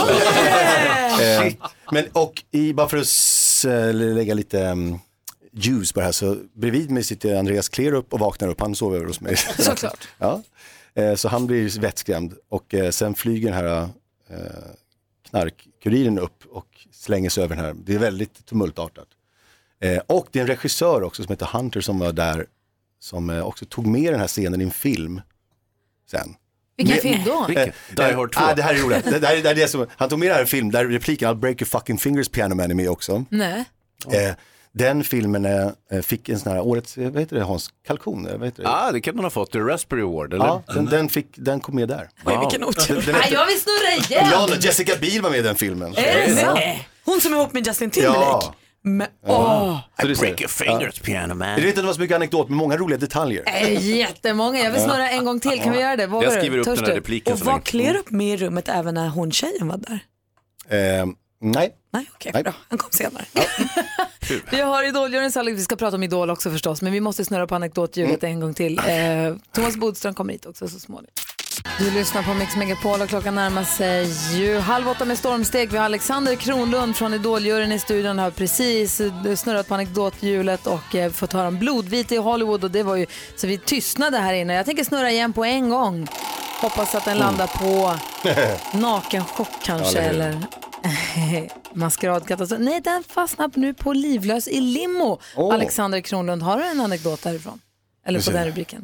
eh, men och i, bara för att s- lägga lite um, juice på det här så bredvid mig sitter Andreas Klerup och vaknar upp, han sover över hos mig. Såklart. Ja. Eh, så han blir vettskrämd och eh, sen flyger den här eh, knarkkuriren upp och slänger sig över den här. Det är väldigt tumultartat. Eh, och det är en regissör också som heter Hunter som var där som eh, också tog med den här scenen i en film sen. Vilken Med- film då? Vilken? Die Hard två. Ah, det här är roligt. Det, det, här, det, här är det som, han tog med den här film där repliken I'll break your fucking fingers piano man är med också. Nej. Eh, den filmen eh, fick en sån här årets, vad heter det Hans? Kalkon? Vad heter det? Ja, ah, det kan den ha fått. Det är Raspberry Award, eller? Ja, den, den, fick, den kom med där. Oj, vilken otur. Den, den Nej, hette, jag vill snurra igen. ja, Jessica Biel var med i den filmen. Är det sant? Hon som är ihop med Justin Timberlake. Ja. Men, åh. Så det är så. Break your fingers, piano man. Jag vet inte vad så mycket anekdot, men många roliga detaljer. Eh, Jättemånga. Jag vill snurra en gång till. Kan vi göra det? Vågar Jag du? skriver upp Törs den här du? repliken Och så var länge. Klerup med i rummet även när hon tjejen var där? Eh, nej. Nej, okej, Nej. bra. Han kom senare. Vi har Idol-juryn, så vi ska prata om Idol också förstås, men vi måste snurra på anekdothjulet en gång till. Eh, Thomas Bodström kommer hit också så småningom. Du lyssnar på Mix Megapol och klockan närmar sig ju halv åtta med stormsteg. Vi har Alexander Kronlund från Idol-juryn i studion, har precis snurrat på anekdothjulet och eh, fått höra om blodvite i Hollywood och det var ju så vi tystnade här inne. Jag tänker snurra igen på en gång. Hoppas att den landar på nakenchock kanske, Ja, eller eller maskeradkatastrof. Nej, den fastnar nu på livlös i limo. Åh. Alexander Kronlund, har du en anekdot därifrån? Eller på ser. den rubriken?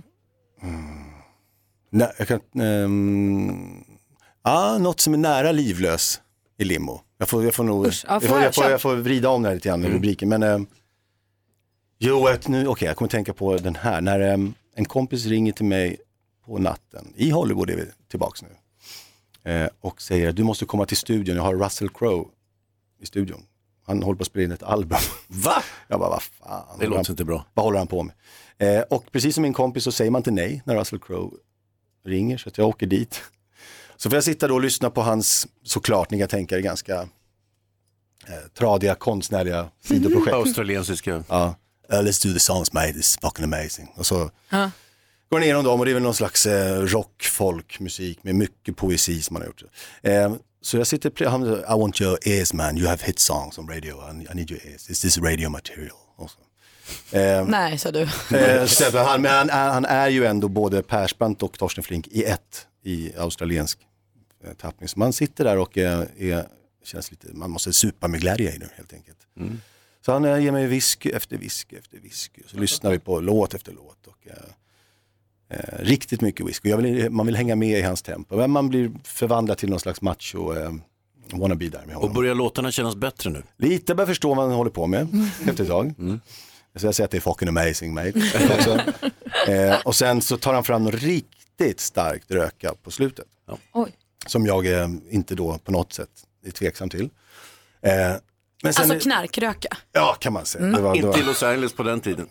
Nej, jag kan... ehm, ah, något som är nära livlös i limo. Jag får, jag får nog... Usch, ja, jag, får får, jag jag, får, köra? jag får vrida om den här lite grann i rubriken. Men... ehm, jo, ett, nu, okej, jag kommer tänka på den här. När ehm, en kompis ringer till mig på natten. I Hollywood är vi tillbaks nu. Eh, och säger, du måste komma till studion. Jag har Russell Crowe i studion. Han håller på att spela in ett album. Va? Jag bara, vad fan. Det låter inte bra. Vad håller han på med? Eh, och precis som min kompis så säger man inte nej när Russell Crowe ringer, så att jag åker dit. Så får jag sitta då och lyssna på hans, såklart ni kan tänka det, ganska eh, tradiga konstnärliga sidoprojekt. Australiensiska. Ja. Uh, let's do the songs mate, it's fucking amazing. Och så uh. går ner om dem och det är väl någon slags eh, rock, folk, musik med mycket poesi som man har gjort. Eh, så jag sitter, han, I want your ears man, you have hit songs on radio, I, I need your ears, is this radio material? Också. Eh, Nej, sa du. Eh, så han, men han, han är ju ändå både Persbrandt och Torsten Flink i ett i australiensk eh, tappning. Så man sitter där och eh, är, känns lite, man måste supa med glädje i det helt enkelt. Mm. Så han eh, ger mig whisky efter whisky efter whisky. Så lyssnar vi på låt efter låt. Och, eh, eh, riktigt mycket whisky. Jag vill, man vill hänga med i hans tempo. Men man blir förvandlad till någon slags macho eh, wannabe där med honom. Och börjar låtarna kännas bättre nu? Lite börjar förstå vad han håller på med mm. efter ett tag. Mm. Så jag säger att det är fucking amazing mate. eh, och sen så tar han fram något riktigt starkt röka på slutet. Ja. Oj. Som jag eh, inte då på något sätt är tveksam till. Eh, men sen, alltså knarkröka? Ja, kan man säga. Mm. Det var, inte det var... i Los Angeles på den tiden.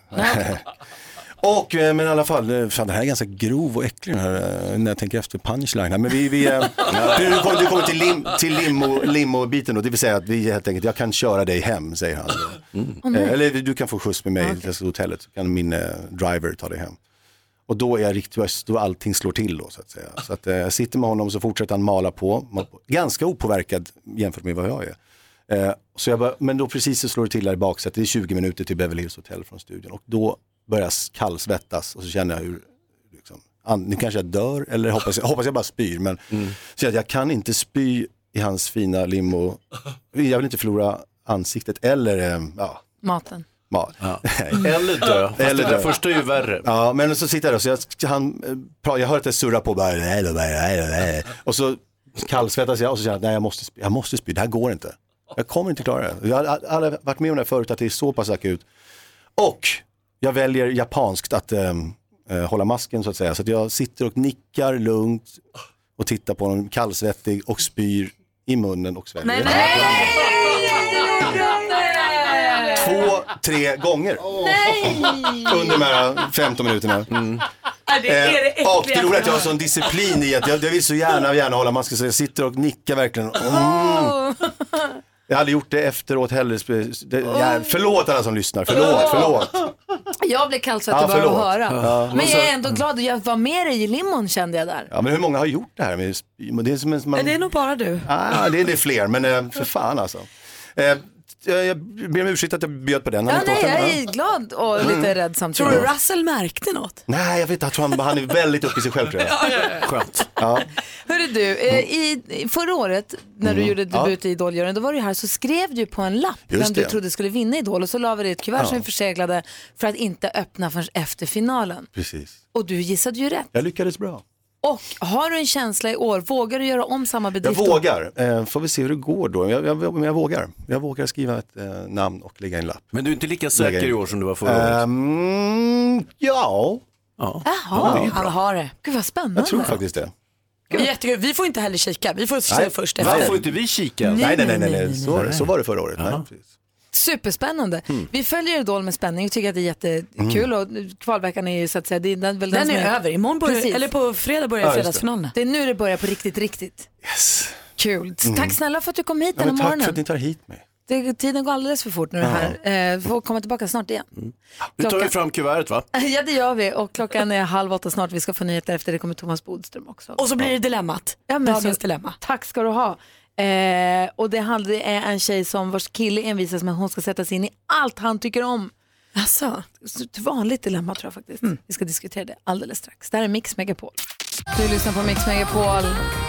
Och, men i alla fall, fan, det här är ganska grov och äcklig här, när jag tänker efter punchline här. Men vi, vi, äh, du, kommer, du kommer till, lim, till limo, limo-biten och det vill säga att vi helt enkelt, jag kan köra dig hem, säger han. Mm. Eh, eller du kan få skjuts med mig okay. till hotellet, så kan min eh, driver ta dig hem. Och då är jag riktigt, då allting slår till då så att säga. Så att eh, jag sitter med honom och så fortsätter han mala på. Ganska opåverkad jämfört med vad jag är. Eh, så jag bara, men då precis så slår det till där i baksätet, det är tjugo minuter till Beverly Hills Hotel från studion. Och då börjar kallsvettas och så känner jag hur liksom, nu kanske jag dör eller hoppas jag, hoppas jag bara spyr men mm. så att jag kan inte spy i hans fina limo. Jag vill inte förlora ansiktet eller ja, maten. Mat. Ja. Eller dö. Fast eller det första är ju värre. Ja, men så sitter jag där så jag, han, jag hör att det surrar på bara, och så kallsvettas jag och så känner jag nej, jag måste spy, jag måste spy, det här går inte. Jag kommer inte klara det. Jag har aldrig varit med om det förut att det är så pass akut. Och jag väljer japanskt att äh, hålla masken så att säga. Så att jag sitter och nickar lugnt och tittar på honom kallsvettig och spyr i munnen och sväljer. Nej, nej! Två, tre gånger. Nej! Under de här femton minuterna. Mm. Det är det äckliga. Och det roliga att jag har sån disciplin i att jag, jag vill så gärna, gärna hålla masken så jag sitter och nickar verkligen. Mm. Jag hade gjort det efteråt heller. Ja, förlåt alla som lyssnar. Förlåt, förlåt. Jag blev kallsvettig ja, bara att höra. Ja. Men jag är ändå glad att jag var med dig i limon, kände jag där. Ja, men hur många har gjort det här? Det är, som en, man... det är nog bara du. Ja, det är, det är fler, men för fan alltså. Eh, jag ber om ursäkt att jag bjöd på den. Ja, nej, jag är glad och lite mm. rädd samtidigt. Tror du Russell märkte något? Nej, jag vet inte. Jag tror han, han är väldigt uppe i sig själv. Tror jag. Ja, ja, ja. Skönt. Ja. Hörru du, i, i förra året när mm. du gjorde debut ja. i Idol-juryn, då var du här så skrev du på en lapp vem du trodde skulle vinna Idol och så la vi det i ett kuvert ja. som vi förseglade för att inte öppna förrän efter finalen. Precis. Och du gissade ju rätt. Jag lyckades bra. Och har du en känsla i år, vågar du göra om samma bedrift? Jag vågar, eh, får vi se hur det går då. Jag, jag, men jag vågar. Jag vågar skriva ett eh, namn och lägga en lapp. Men du är inte lika säker i år som du var förra året? Um, ja. ja. Jaha, han har det. Gud vad spännande. Jag tror faktiskt det. Jättekul. Vi får inte heller kika, vi får se först efter. Varför får inte vi kika? Nej, nej, nej, nej, nej, nej. Så, nej. så var det förra året. Nej, precis. Superspännande. Mm. Vi följer Idol med spänning och tycker att det är jättekul mm. och kvalveckan är ju så att säga det är väl den, den är, är över. Imorgon börjar, eller på fredag börjar ja, fredagsfinalen. Det är nu det börjar på riktigt riktigt. Yes. Kul. Mm. Tack snälla för att du kom hit ja, den här morgonen. Tack för att ni tar hit mig. Det, tiden går alldeles för fort nu ja. här. Eh, vi får komma tillbaka snart igen. Mm. Nu tar vi fram kuvertet va? Ja det gör vi och klockan är halv åtta snart. Vi ska få nyheter efter det kommer Thomas Bodström också. Och så blir det dilemmat. Ja, men Dagens så, dilemma. Tack ska du ha. Eh, och det handlar är en tjej som vars kille envisas med att hon ska sätta sig in i allt han tycker om. Alltså, ett vanligt dilemma tror jag faktiskt. Mm. Vi ska diskutera det alldeles strax. Det här är Mix Megapol. Du lyssnar på Mix Megapol.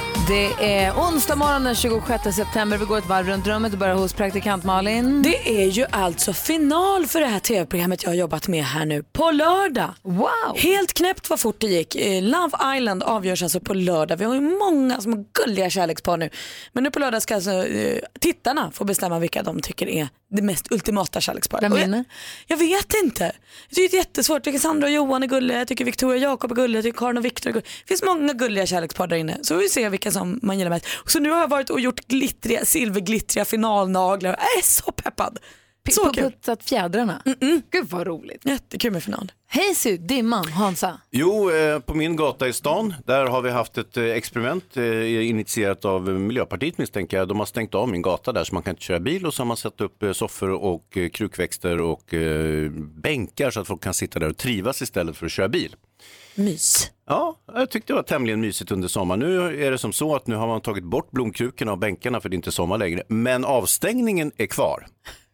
Det är onsdag morgon den tjugosjätte september. Vi går ett varv runt rummet och börjar hos praktikant Malin. Det är ju alltså final för det här tv-programmet jag har jobbat med här nu på lördag. Wow! Helt knäppt vad fort det gick. Love Island avgörs alltså på lördag. Vi har ju många små gulliga kärlekspar nu. Men nu på lördag ska alltså uh, tittarna få bestämma vilka de tycker är det mest ultimata kärleksparet. Vem vinner? Jag, jag vet inte. Jag tycker det är jättesvårt. Jag tycker Sandra och Johan är gulliga. Jag tycker Victoria och Jakob är gulliga. Jag tycker Karin och Victor är gulliga. Det finns många gulliga kärlekspar där inne. Så vi ser vilka som man gillar mest. Så nu har jag varit och gjort glittriga, silverglittriga finalnaglar. Jag är så peppad. Så kul. Putsat fjädrarna. Mm-mm. Gud vad roligt. Jättekul med final. Hej Sy, Dimman, Hansa. Jo, eh, på min gata i stan, där har vi haft ett eh, experiment eh, initierat av Miljöpartiet misstänker jag. De har stängt av min gata där så man kan inte köra bil och så har man satt upp eh, soffor och eh, krukväxter och eh, bänkar så att folk kan sitta där och trivas istället för att köra bil. Mys. Ja, jag tyckte det var tämligen mysigt under sommaren. Nu är det som så att nu har man tagit bort blomkrukorna och bänkarna för det är inte sommar längre. Men avstängningen är kvar.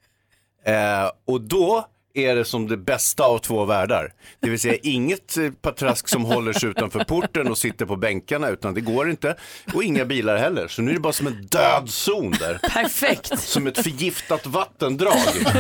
Eh, och då är det som det bästa av två världar. Det vill säga inget patrask som håller sig utanför porten och sitter på bänkarna, utan det går inte. Och inga bilar heller. Så nu är det bara som en död zon där. Perfekt. Som ett förgiftat vattendrag.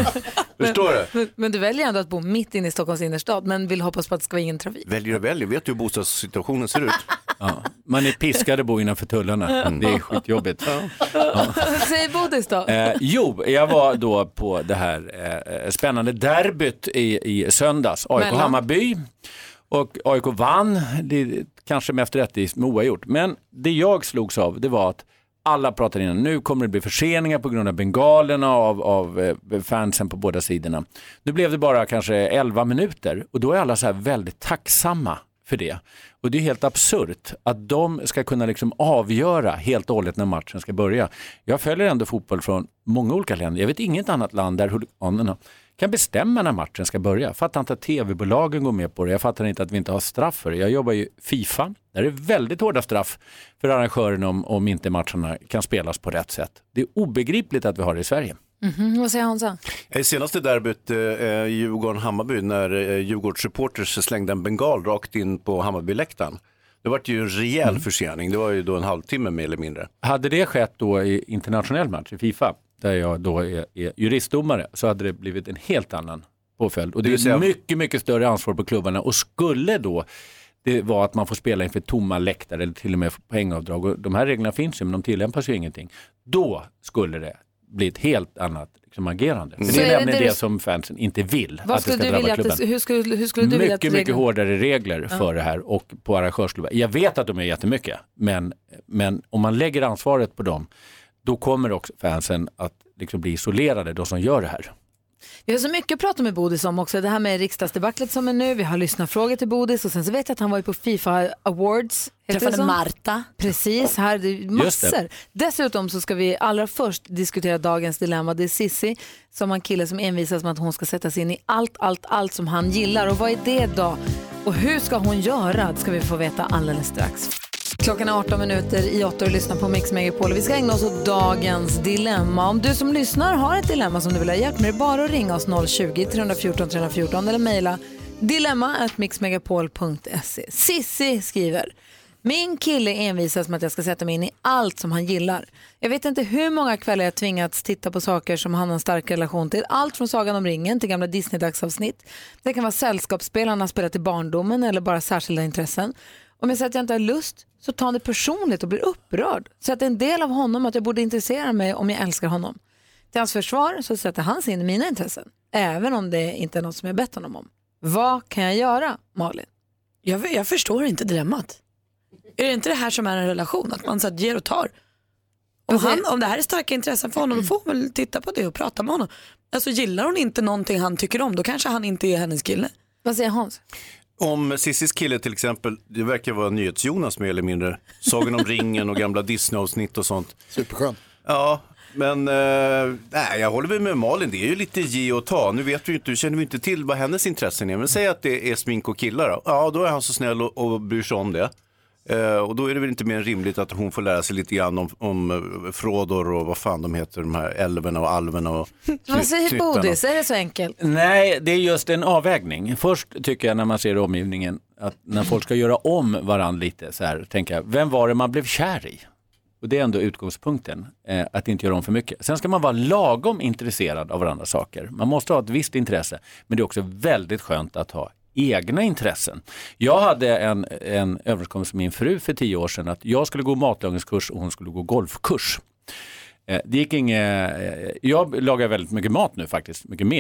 Förstår du? Men, men du väljer ändå att bo mitt inne i Stockholms innerstad, men vill hoppas på att det ska vara ingen trafik. Väljer och väljer. Vet du hur bostadssituationen ser ut? Ja. Man är piskad att bo innanför tullarna. Mm. Det är skitjobbigt. Ja. Ja. Säg Bodis då. Eh, jo, jag var då på det här eh, spännande derbyt i, i söndags. A I K Hammarby. Och A I K vann. Det är kanske mest rättvist med oavgjort. Men det jag slogs av, det var att alla pratade innan. Nu kommer det bli förseningar på grund av bengalerna av, av eh, fansen på båda sidorna. Nu blev det bara kanske elva minuter. Och då är alla så här väldigt tacksamma för det. Och det är helt absurt att de ska kunna liksom avgöra helt och hållet när matchen ska börja. Jag följer ändå fotboll från många olika länder. Jag vet inget annat land där huliganerna kan bestämma när matchen ska börja. Jag fattar inte att tv-bolagen går med på det. Jag fattar inte att vi inte har straff för det. Jag jobbar ju FIFA. Där är det väldigt hårda straff för arrangören om, om inte matcherna kan spelas på rätt sätt. Det är obegripligt att vi har det i Sverige. Mm-hmm. Vad säger Hansa? I senaste derbyt eh, Djurgården-Hammarby när eh, Djurgårdsreporters slängde en bengal rakt in på Hammarbyläktaren. Det var ju en rejäl mm. försening. Det var ju då en halvtimme mer eller mindre. Hade det skett då i internationell match i FIFA, där jag då är, är juristdomare, så hade det blivit en helt annan påföljd. Och det, det är säga... mycket, mycket större ansvar på klubbarna. Och skulle då det vara att man får spela inför tomma läktare eller till och med poängavdrag. Och de här reglerna finns ju, men de tillämpas ju ingenting. Då skulle det bli ett helt annat liksom, agerande. Mm. För det är, är nämligen det, det som fansen inte vill. Vad att det ska du drabba klubben. Det, hur skulle, hur skulle du vilja mycket, att mycket hårdare regler ja. för det här och på arrangörsklubbar. Jag vet att de är jättemycket, men, men om man lägger ansvaret på dem, då kommer också fansen att liksom bli isolerade, de som gör det här. Vi har så mycket att prata med Bodis om också. Det här med riksdagsdebacklet som är nu. Vi har lyssnat frågor till Bodis och sen så vet jag att han var ju på FIFA Awards. Träffade Marta. Precis, här det är massor. Det. Dessutom så ska vi allra först diskutera dagens dilemma. Det är Sissi som en kille som envisas med att hon ska sätta sig in i allt, allt, allt som han gillar. Och vad är det då? Och hur ska hon göra? Det ska vi få veta alldeles strax. Klockan är arton minuter i åtta och lyssnar på Mix Megapol. Vi ska ägna oss åt dagens dilemma. Om du som lyssnar har ett dilemma som du vill ha hjälp med, det är bara att ringa oss noll tjugo, tre fjorton, tre fjorton eller mejla dilemma at mixmegapol punkt se. Sissi skriver: min kille envisas med att jag ska sätta mig in i allt som han gillar. Jag vet inte hur många kvällar jag tvingats titta på saker som han har en stark relation till. Allt från Sagan om ringen till gamla Disney-dagsavsnitt. Det kan vara sällskapsspel han har spelat i barndomen eller bara särskilda intressen. Om jag säger att jag inte har lust så tar han det personligt och blir upprörd. Så att det är en del av honom att jag borde intressera mig om jag älskar honom. Till hans försvar så sätter han sig in i mina intressen. Även om det inte är något som jag bett honom om. Vad kan jag göra, Malin? Jag, jag förstår inte dilemmat. Är det inte det här som är en relation? Att man så att ger och tar? Om, han, om det här är starka intressen för honom, då får man väl titta på det och prata med honom. Alltså gillar hon inte någonting han tycker om, då kanske han inte är hennes kille. Vad säger Hans? Om Sissis kille till exempel, det verkar vara NyhetsJonas mer eller mindre. Sagan om ringen och gamla Disney-avsnitt och sånt. Superskön. Ja, men eh, nej, jag håller väl med Malin, det är ju lite ge och ta. Nu vet vi inte, känner vi inte till vad hennes intressen är. Men säg att det är smink och killar då. Ja, då är han så snäll och, och bryr sig om det. Uh, och då är det väl inte mer än rimligt att hon får lära sig lite grann om, om uh, Frodor och vad fan de heter, de här älverna och alverna och vad säger Bodis? Är det så enkelt? Nej, det är just en avvägning. Först tycker jag när man ser omgivningen att när folk ska göra om varandra lite så här, tänker jag, vem var det man blev kär i? Och det är ändå utgångspunkten, eh, att inte göra om för mycket. Sen ska man vara lagom intresserad av varandra saker. Man måste ha ett visst intresse, men det är också väldigt skönt att ha egna intressen. Jag hade en, en överenskommelse med min fru för tio år sedan att jag skulle gå matlagningskurs och hon skulle gå golfkurs. Eh, det gick inget, eh, jag lagar väldigt mycket mat nu faktiskt, mycket mer än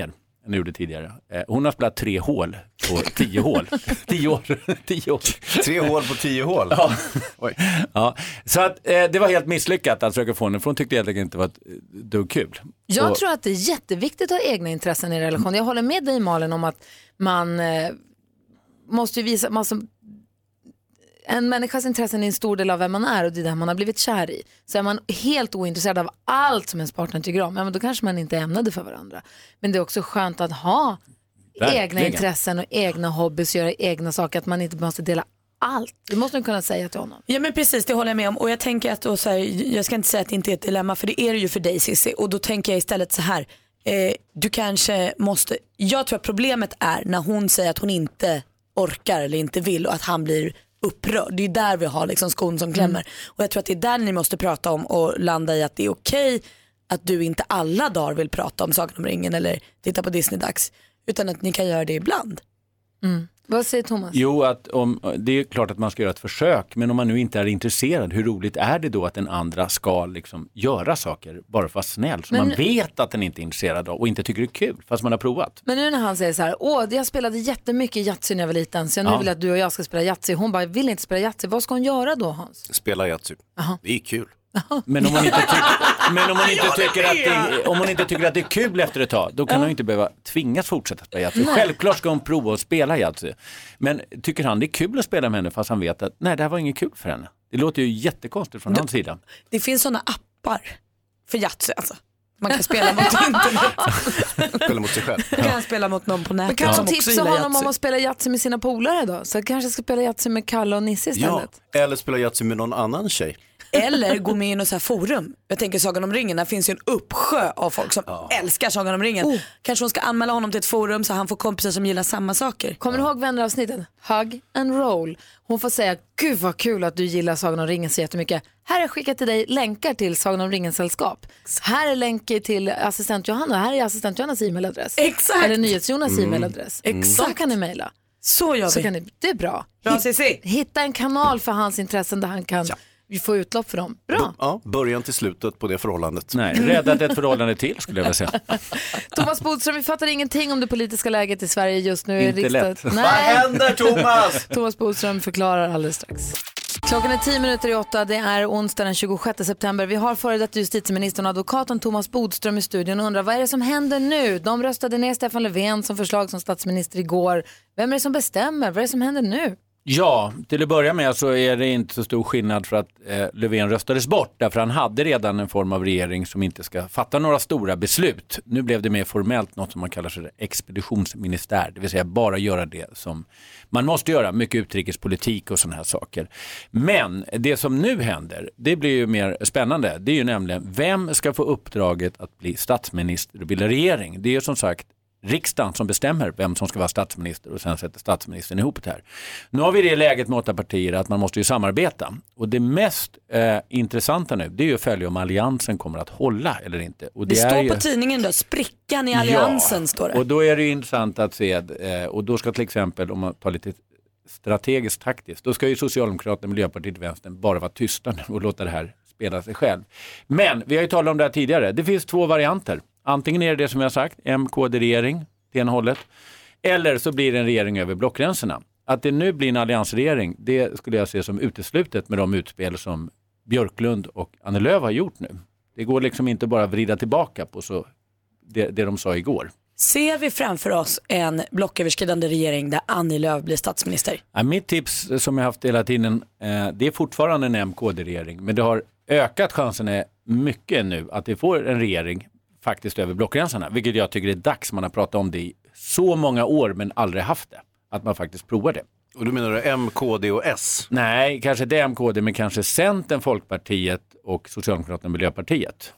än gjorde tidigare. Eh, hon har spelat tre hål på tio hål. tio år. tio år. Tre hål på tio hål? Ja. Oj. Ja. Så att, eh, det var helt misslyckat att försöka få henne, för hon tyckte helt enkelt inte det var ett dugg kul. Jag Och, tror att det är jätteviktigt att ha egna intressen i relation. Jag håller med dig, Malin, om att man eh, måste ju visa... Man som, en människas intressen är en stor del av vem man är och det är det man har blivit kär i. Så är man helt ointresserad av allt som ens partner tycker om, ja, men då kanske man inte är ämnade för varandra. Men det är också skönt att ha Verkligen. egna intressen och egna hobbys, göra egna saker, att man inte måste dela allt. Det måste man kunna säga till honom. Ja, men precis, det håller jag med om. Och jag tänker att, och så här, jag ska inte säga att det inte är ett dilemma, för det är det ju för dig, Cissi. Och då tänker jag istället så här, eh, du kanske måste, jag tror att problemet är när hon säger att hon inte orkar eller inte vill och att han blir upprörd. Det är där vi har liksom skon som klämmer. Mm. Och jag tror att det är där ni måste prata om och landa i att det är okej att du inte alla dagar vill prata om Sagan om ringen eller titta på Disney-dags, utan att ni kan göra det ibland. Mm. Vad säger Thomas? Jo, att om, det är klart att man ska göra ett försök, men om man nu inte är intresserad, hur roligt är det då att den andra ska liksom göra saker bara för att vara snäll, så men, man vet att den inte är intresserad av och inte tycker det är kul fast man har provat. Men nu när han säger så här, åh, jag spelade jättemycket Yatzy när jag var liten, så jag nu ja. vill att du och jag ska spela Yatzy. Hon bara, vill inte spela Yatzy. Vad ska hon göra då, Hans? Spela Yatzy. Det är kul. Men om hon inte, tyck- men om hon inte tycker att det, om hon inte tycker att det är kul efter ett tag, då kan ja. hon inte behöva tvingas fortsätta spela Yatzy. Självklart ska hon prova att spela Yatzy. Men tycker han det är kul att spela med henne fast han vet att nej, det här var inget kul för henne. Det låter ju jättekonstigt från det, hans sida. Det finns sådana appar för Yatzy alltså. Man kan spela mot internet. Spela mot sig själv. Man kan ja. spela mot någon på nätet. Men kan ja. man tipsa honom om att spela Yatzy med sina polare då? Så kanske ska spela Yatzy med Kalle och Nisse istället. Ja, eller spela Yatzy med någon annan tjej. Eller gå med i något så här forum. Jag tänker Sagan om ringen, där finns ju en uppsjö av folk som ja. älskar Sagan om ringen. Oh. Kanske hon ska anmäla honom till ett forum så han får kompisar som gillar samma saker. Kommer du ihåg vänneravsnittet? Hug and roll. Hon får säga, gud vad kul att du gillar Sagan om ringen så jättemycket. Här har jag skickat till dig länkar till Sagan om ringen sällskap. Här är länkar till assistent Johanna. Här är assistent Johannas e-mailadress. Exakt. Eller nyhetsjonas mm. e-mailadress. Exakt. Så kan ni mejla. Så gör vi. Så kan ni, det är bra. bra Hitt, hitta en kanal för hans intressen där han kan ja. vi får utlopp för dem. Bra. Ja, början till slutet på det förhållandet. Nej, räddat ett förhållande till skulle jag vilja säga. Thomas Bodström, vi fattar ingenting om det politiska läget i Sverige just nu. Inte riksdag... lätt. Nej. Vad händer, Thomas? Thomas Bodström förklarar alldeles strax. Klockan är tio minuter i åtta, det är onsdag den tjugosjätte september. Vi har före detta justitieministern och advokaten Thomas Bodström i studion och undrar, vad är det som händer nu? De röstade ner Stefan Löfven som förslag som statsminister igår. Vem är det som bestämmer? Vad är det som händer nu? Ja, till att börja med så är det inte så stor skillnad för att eh, Löfven röstades bort därför han hade redan en form av regering som inte ska fatta några stora beslut. Nu blev det mer formellt något som man kallar för expeditionsministär, det vill säga bara göra det som man måste göra, mycket utrikespolitik och sådana här saker. Men det som nu händer, det blir ju mer spännande. Det är ju nämligen, vem ska få uppdraget att bli statsminister och bilda regering? Det är ju som sagt riksdagen som bestämmer vem som ska vara statsminister och sen sätter statsministern ihop det här. Nu har vi det läget med åtta partier att man måste ju samarbeta. Och det mest eh, intressanta nu, det är ju att följa om alliansen kommer att hålla eller inte. Och det det står är ju... på tidningen då, sprickan i alliansen ja, står det. Och då är det ju intressant att se, eh, och då ska till exempel, om man tar lite strategiskt taktiskt, då ska ju Socialdemokraterna, Miljöpartiet och Vänstern bara vara tysta och låta det här spela sig själv. Men vi har ju talat om det här tidigare, det finns två varianter. Antingen är det det som jag har sagt, M K D-regering till ena hållet, eller så blir det en regering över blockgränserna. Att det nu blir en alliansregering, det skulle jag se som uteslutet med de utspel som Björklund och Annie Lööf har gjort nu. Det går liksom inte bara att vrida tillbaka på så det, det de sa igår. Ser vi framför oss en blocköverskridande regering där Annie Lööf blir statsminister? Ja, mitt tips som jag haft hela tiden, eh, det är fortfarande en M K D-regering, men det har ökat chansen mycket nu att vi får en regering faktiskt över blockgränserna, vilket jag tycker är dags. Man har pratat om det i så många år men aldrig haft det. Att man faktiskt provar det. Och du menar M, K D och S? Nej, kanske inte M K D men kanske Centern, Folkpartiet och Socialdemokraterna och Miljöpartiet.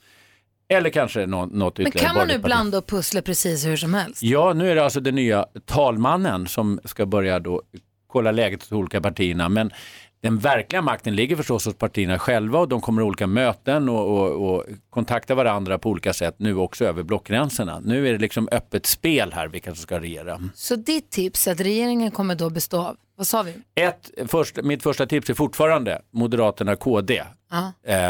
Eller kanske något, något men ytterligare. Men kan man nu blanda och pussla precis hur som helst? Ja, nu är det alltså den nya talmannen som ska börja då kolla läget hos olika partierna. Men den verkliga makten ligger förstås hos partierna själva och de kommer i olika möten och, och, och kontakta varandra på olika sätt nu också över blockgränserna. Nu är det liksom öppet spel här vilka som ska regera. Så ditt tips är att regeringen kommer då bestå av, vad sa vi? Ett, först, mitt första tips är fortfarande Moderaterna K D. Uh-huh. Eh,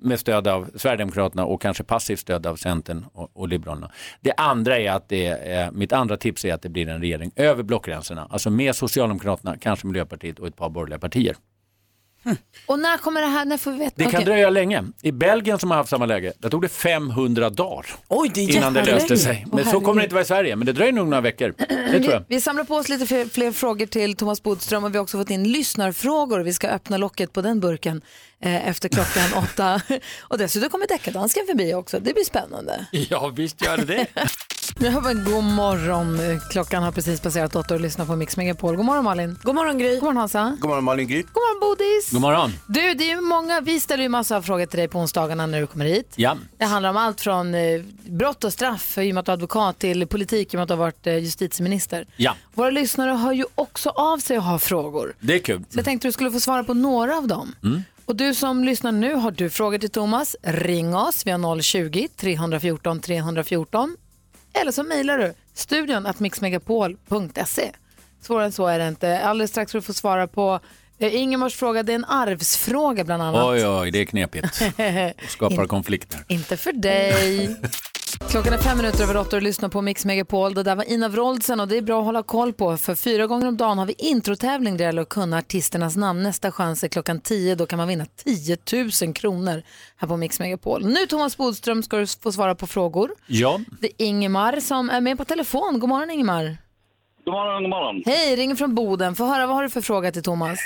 med stöd av Sverigedemokraterna och kanske passivt stöd av Centern och, och Liberalerna. Det andra är att det är, mitt andra tips är att det blir en regering över blockgränserna. Alltså med Socialdemokraterna, kanske Miljöpartiet och ett par borgerliga partier. Hmm. Och när kommer det här? När får vi veta? Det kan okay. dröja länge. I Belgien som har haft samma läge, där tog det femhundra dagar Oj, det är innan det löste sig. Men oh, så kommer det inte vara i Sverige, men det dröjer nog några veckor. Det tror jag. Vi, vi samlar på oss lite fler, fler frågor till Thomas Bodström och vi har också fått in lyssnarfrågor. Vi ska öppna locket på den burken eh, efter klockan åtta. Och dessutom kommer Deckardansken förbi också. Det blir spännande. Ja, visst gör det det. Nu har vi en god morgon. Klockan har precis passerat åtta och lyssnar på Mix Megapol. God morgon Malin. God morgon Gry. God morgon Hansa. God morgon Malin Gry. God morgon Bodis. God morgon. Du, det är ju många, vi ställer ju massa frågor till dig på onsdagarna när du kommer hit. Ja. Det handlar om allt från eh, brott och straff i och med att du är advokat till politik i och med att du har varit eh, justitieminister. Ja. Våra lyssnare hör ju också av sig och har frågor. Det är kul. Så jag tänkte att du skulle få svara på några av dem. Mm. Och du som lyssnar nu, har du frågor till Thomas? Ring oss, vi har noll tjugo, tre fjorton, tre fjorton. Eller så mejlar du studion at mixmegapol punkt se. Svårare än så är det inte. Alldeles strax ska du få svara på eh, Ingemars fråga. Det är en arvsfråga bland annat. Oj, oj, det är knepigt. Och skapar In, konflikter. Inte för dig. Klockan är fem minuter över åtta och lyssnar på Mix Megapol. Det där var Ina Wroldsen och det är bra att hålla koll på. För fyra gånger om dagen har vi introtävling där det gäller att kunna artisternas namn. Nästa chans är klockan tio. Då kan man vinna tio tusen kronor här på Mix Megapol. Nu Thomas Bodström ska du få svara på frågor. Ja. Det är Ingemar som är med på telefon. God morgon Ingemar. God morgon, god morgon. Hej, ringer från Boden. Få höra, vad har du för fråga till Thomas?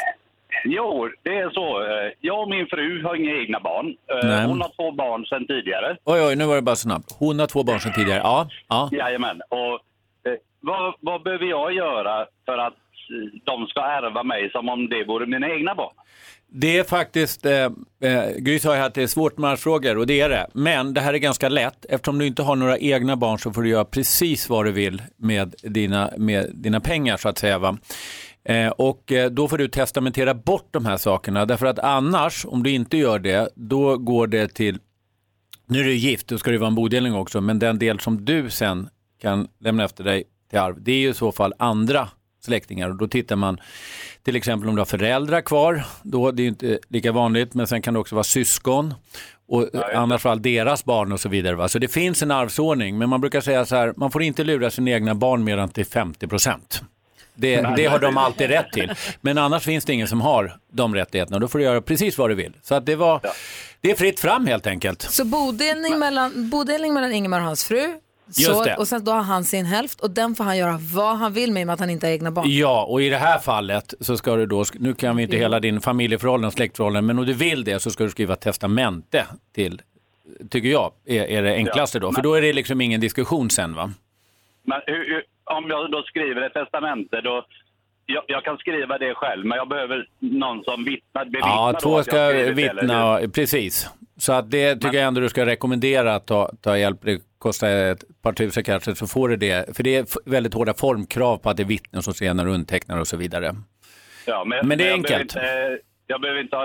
Jo, det är så. Jag och min fru har inga egna barn. Nej. Hon har två barn sedan tidigare. Oj, oj, nu var det bara snabbt. Hon har två barn sedan tidigare, ja. ja. Jajamän. Och eh, vad, vad behöver jag göra för att de ska ärva mig som om det vore mina egna barn? Det är faktiskt, eh, eh, Gry sa ju att det är svårt med frågor och det är det. Men det här är ganska lätt. Eftersom du inte har några egna barn så får du göra precis vad du vill med dina, med dina pengar så att säga, va. Eh, och eh, då får du testamentera bort de här sakerna. Därför att annars, om du inte gör det, då går det till, nu är du gift, då ska det vara en bodelning också. Men den del som du sen kan lämna efter dig till arv, det är ju i så fall andra släktingar. Och då tittar man till exempel om du har föräldrar kvar, då det är inte lika vanligt, men sen kan det också vara syskon och ja, annars fall deras barn och så vidare, va? Så det finns en arvsordning, men man brukar säga så här, man får inte lura sina egna barn mer än till femtio procent. Det, det har de alltid rätt till. Men annars finns det ingen som har de rättigheterna. Då får du göra precis vad du vill. Så att det, var, det är fritt fram helt enkelt. Så bodelning mellan, bodelning mellan Ingemar och hans fru. Så, och sen då har han sin hälft och den får han göra vad han vill med, med att han inte har egna barn. Ja, och i det här fallet så ska du då, nu kan vi inte mm. hela din familjeförhållanden, släktförhållanden, men om du vill det så ska du skriva testamente till, tycker jag, är, är det enklaste då. För då är det liksom ingen diskussion sen, va? Men hur, hur, om jag då skriver ett testamente, då jag, jag kan skriva det själv, men jag behöver någon som vittnar, bevittnar. Ja, två ska vittna, precis. Så att det tycker men, jag ändå du ska rekommendera att ta, ta hjälp. Det kostar ett par tusen kanske, så får du det. För det är väldigt hårda formkrav på att det är vittnen som senare undertecknar och så vidare. Ja, men, men det är jag enkelt. Behöver inte, jag behöver inte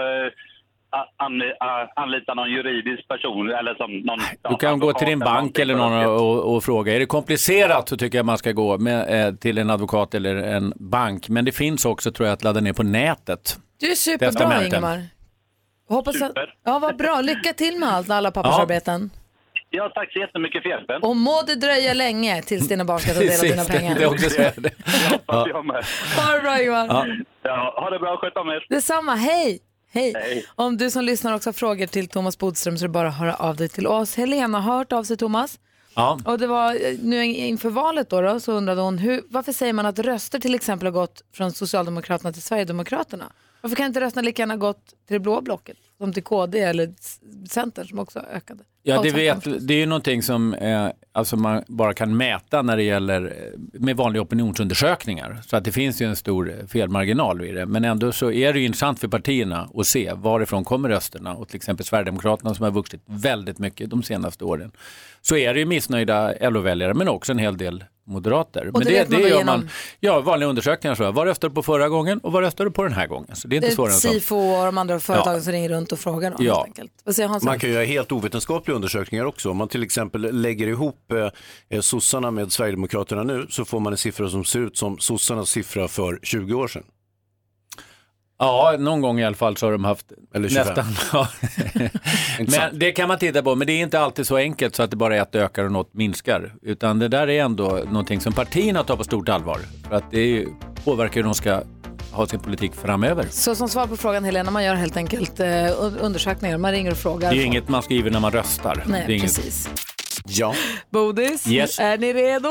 anlita någon juridisk person eller som någon. Du kan gå till din bank eller någon och, och fråga. Är det komplicerat så tycker jag man ska gå med, eh, till en advokat eller en bank. Men det finns också, tror jag, att ladda ner på nätet. Du är superbra, Ingemar. Hoppas att, ja, vad bra. Lycka till med allt, alla pappersarbeten. Ja, tack så jättemycket för hjälpen. Och må det dröja länge tills dina barn ska ta del av dina pengar. Det är också så. Jag hoppas jag med. Ha det bra, Johan. Ja. Ja, ha det bra, sköt om er. Detsamma, hej. Hej. Hej. Om du som lyssnar också har frågor till Thomas Bodström så är det bara att höra av dig till oss. Helena har hört av sig, Thomas. Ja. Och det var nu inför valet då, då så undrade hon, hur, varför säger man att röster till exempel har gått från Socialdemokraterna till Sverigedemokraterna? Varför kan inte rösterna lika gärna gått till det blå blocket som till K D eller Centern som också ökade? Ja, det, vet, det är ju någonting som eh, alltså man bara kan mäta när det gäller med vanliga opinionsundersökningar. Så att det finns ju en stor felmarginal i det. Men ändå så är det ju intressant för partierna att se varifrån kommer rösterna. Och till exempel Sverigedemokraterna som har vuxit väldigt mycket de senaste åren. Så är det ju missnöjda L O-väljare men också en hel del moderater. Och men det, det, det gör man, ja, vanliga undersökningar så. Vad röstar du på förra gången och vad röstar du på den här gången? Så det är inte svårare än så. Sifo och de andra företagen ja. som ringer runt och frågar dem, ja. helt enkelt. Vad säger Hans? Man kan göra helt ovetenskapliga undersökningar också. Om man till exempel lägger ihop eh, sossarna med Sverigedemokraterna nu så får man en siffra som ser ut som sossarnas siffra för tjugo år sedan. Ja, någon gång i alla fall så har de haft eller tjugofem. Nästan. Ja. Men det kan man titta på, men det är inte alltid så enkelt så att det bara är ett ökar och något minskar. Utan det där är ändå någonting som partierna tar på stort allvar. För att det är, påverkar hur de ska ha sin politik framöver. Så som svar på frågan, Helena, man gör helt enkelt eh, undersökningar. Man ringer och frågar. Det är inget man skriver när man röstar. Nej, det är precis. Inget... Ja. Bodis, yes. Är ni redo?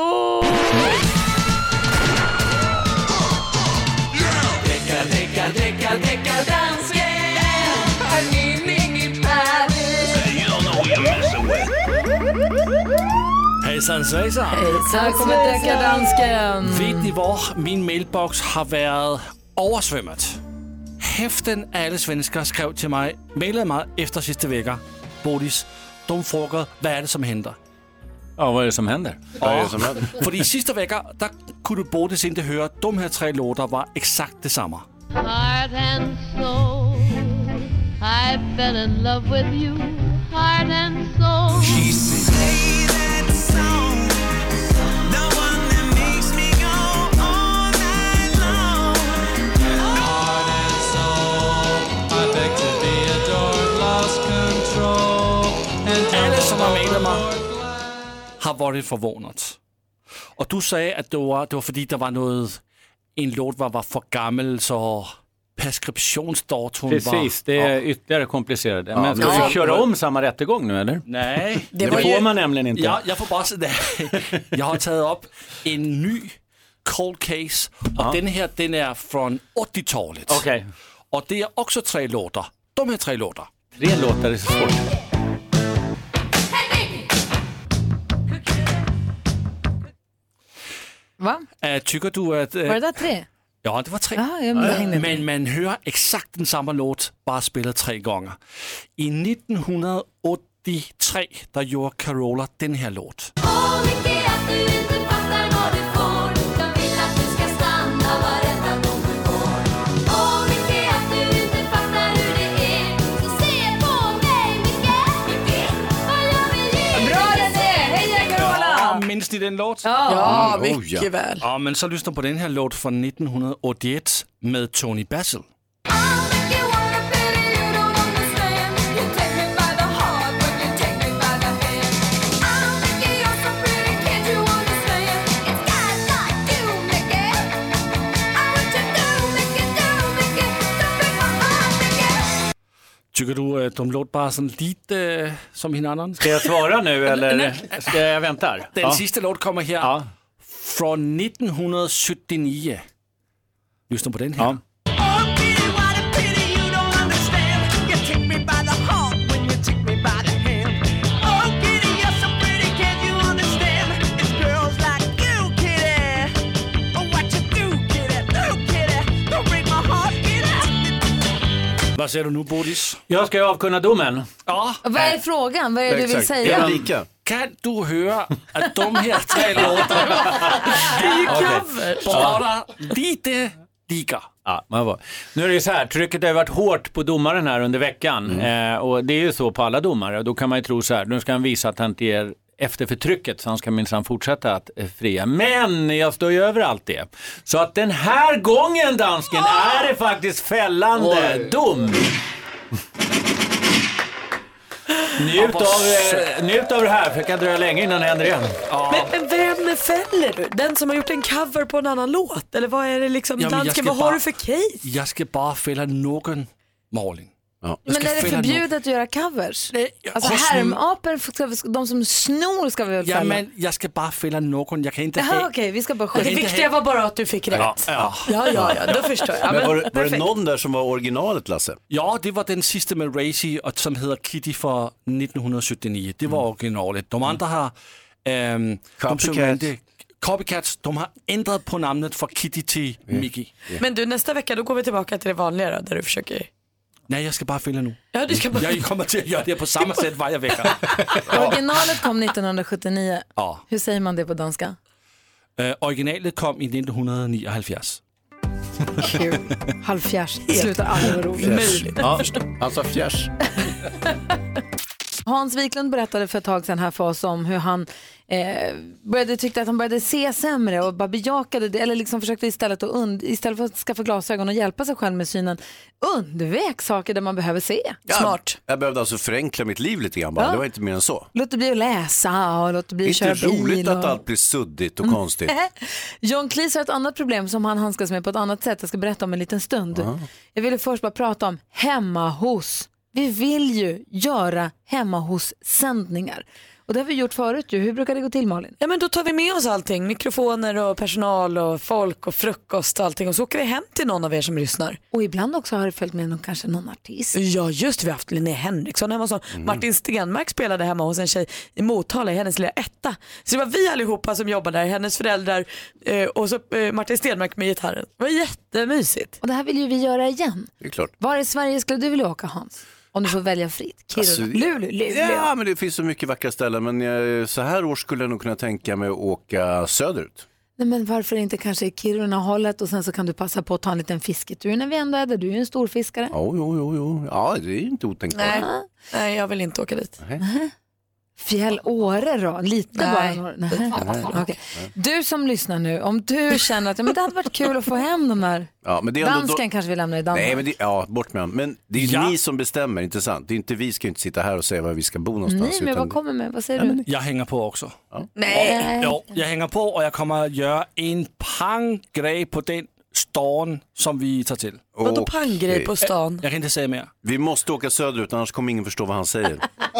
Hejsan svejsan. Hejsan, kommer Deckardansken. Vet ni var min mailbox har varit översvämmat? Hälften av alla svenskar skrev till mig, mailade mig efter sista veckan. Bodis, de frågar vad är det som händer? Ja, vad är det som händer? Ja, vad är det som händer? För i sista veckan där kunde Bodis inte höra att de här tre låtar var exakt detsamma. Heart and soul, I fell in love with you. Heart and soul. She say that song, the one that makes me go all night long. Heart and soul, I beg to be adored, lost control. Alla som har mejlat mig har varit förvånat. Och du säger att det var, det var fordi der var noget, en låt var, var för gammal så preskriptionsdatum var... Precis, det är ja. ytterligare komplicerat. Ja, men ska ja. vi köra om samma rättegång nu, eller? Nej. Det, det får ju... man nämligen inte. Ja, jag får bara säga jag har tagit upp en ny cold case. Och ja. den här, den är från åttiotalet. Okej. Okay. Och det är också tre låtar. De här tre låtar. Tre låtar är så svårt. Va? Äh, tycker du att... Äh, var det där tre? Ja, det var tre. Aha, men, men man hör exakt den samma låt, bara spelat tre gånger. I nittonhundraåttiotre, där gjorde Carola den här låt. Minns ni den låt? Ja, ja mycket oh, ja. väl. Ja, men så lyssna på den här låt från nittonhundraåttioett med Tony Basil. Tycker du att de låter bara sådan lite uh, som hinanden? Ska jag svara nu eller ska jag vänta? Den ja. sista låt kommer här ja. från nittonhundrasjuttionio. Lyssna på den här. Ja. Vad säger du nu, Bodis? Jag ska ju avkunna domen. Ja. Vad är frågan? Vad är det du vill säga? Ja, lika. Kan du höra att de här tre låtarna är bara lite lika? Ja, man var. Nu är det ju så här, trycket har varit hårt på domaren här under veckan. Mm. Eh, och det är ju så på alla domare. Då kan man ju tro så här, nu ska han visa att han inte ger efter för trycket så han ska minsann fortsätta att eh, fria. Men jag står ju över allt det. Så att den här gången, dansken, oh! är det faktiskt fällande Oj. dom. Njut av, eh, njut av det här, för det kan dröja länge innan det händer igen. Ja. Men, men vem fäller du? Den som har gjort en cover på en annan låt? Eller vad är det liksom, ja, dansken, vad bara, har du för case? Jag ska bara fälla någon måling. Ja. Men är det förbjudet no- att göra covers? Nej, alltså härmaper, de som snor ska vi väl fälla? Ja, men jag ska bara fälla någon, jag kan inte... Jaha, okej, okay, vi ska bara skjuta. Det viktiga var bara att du fick rätt. Ja, ja, ja, ja, ja då förstår jag. Men, men var, var det någon där som var originalet, Lasse? Ja, det var den sista med Racy som heter Kitty för nittonhundrasjuttionio. Det var mm. originalet. De andra har... Ähm, Copycat. De Copycats, de har ändrat på namnet för Kitty till mm. Mickey. Yeah. Men du, nästa vecka då går vi tillbaka till det vanliga där du försöker... Nej, jag ska bara fylla nu. Ja, du ska bara... Jag kommer till att göra det på samma sätt varje vecka. Originalet kom nittonhundrasjuttionio. Ja. Hur säger man det på danska? Uh, originalet kom i nittonhundraniohundra. Kul. Halvfjärs. Slutar aldrig vara roligt. Ja, alltså fjärs. Hans Wiklund berättade för ett tag sedan här för oss om hur han eh, började, tyckte att han började se sämre och bara bejakade det, eller liksom försökte istället, att und- istället för att skaffa glasögon och hjälpa sig själv med synen, undvek saker där man behöver se. Ja, Smart. Jag behövde alltså förenkla mitt liv lite grann bara. Ja. Det var inte mer än så. Låt det bli att läsa och låt det bli att köra Inte bil. roligt och... att allt blir suddigt och konstigt. John Cleese har ett annat problem som han handskas med på ett annat sätt. Jag ska berätta om en liten stund. Aha. Jag ville först bara prata om hemma hos. Vi vill ju göra hemma hos sändningar. Och det har vi gjort förut ju. Hur brukar det gå till, Malin? Ja, men då tar vi med oss allting. Mikrofoner och personal och folk och frukost och allting. Och så åker vi hem till någon av er som lyssnar. Och ibland också har det följt med någon, kanske någon artist. Ja, just vi har haft Linnea Henriksson hemma hos mm. Martin Stenmark spelade hemma hos en tjej i Motala i hennes lilla etta. Så det var vi allihopa som jobbade där. Hennes föräldrar eh, och så eh, Martin Stenmark med gitarren. Det var jättemysigt. Och det här vill ju vi göra igen. Det är klart. Var i Sverige skulle du vilja åka, Hans? Om du får välja fritt. Kiruna, Alltså, Luleå, Luleå. Ja, men det finns så mycket vackra ställen. Men jag, så här år skulle jag nog kunna tänka mig att åka söderut. Nej, men varför inte kanske i Kiruna-hållet och sen så kan du passa på att ta en liten fisketur när vi ändå är där. Du är ju en stor fiskare. Jo, jo, jo, jo. Ja, det är ju inte otänkbart. Nej. Nej, jag vill inte åka dit. Nej. Fjäll-Åre då? Lite Nej. bara. Nej. Nej. Okay. Du som lyssnar nu, om du känner att ja, men det hade varit kul att få hem de här. Ja, men det är ändå dansken då... kanske vi lämnar i Danmark. Nej, men det, ja, bort med dem. Men det är ju Ja. ni som bestämmer, inte sant? Det är inte vi ska inte sitta här och säga var vi ska bo någonstans. Nej, men utan... vad kommer med? Vad säger du? Jag hänger på också. Ja. Nej. Jo, jag hänger på och jag kommer att göra en panggrej på den stan som vi tar till. Vadå Okej. panggrej på stan? Jag kan inte säga mer. Vi måste åka söderut, annars kommer ingen förstå vad han säger.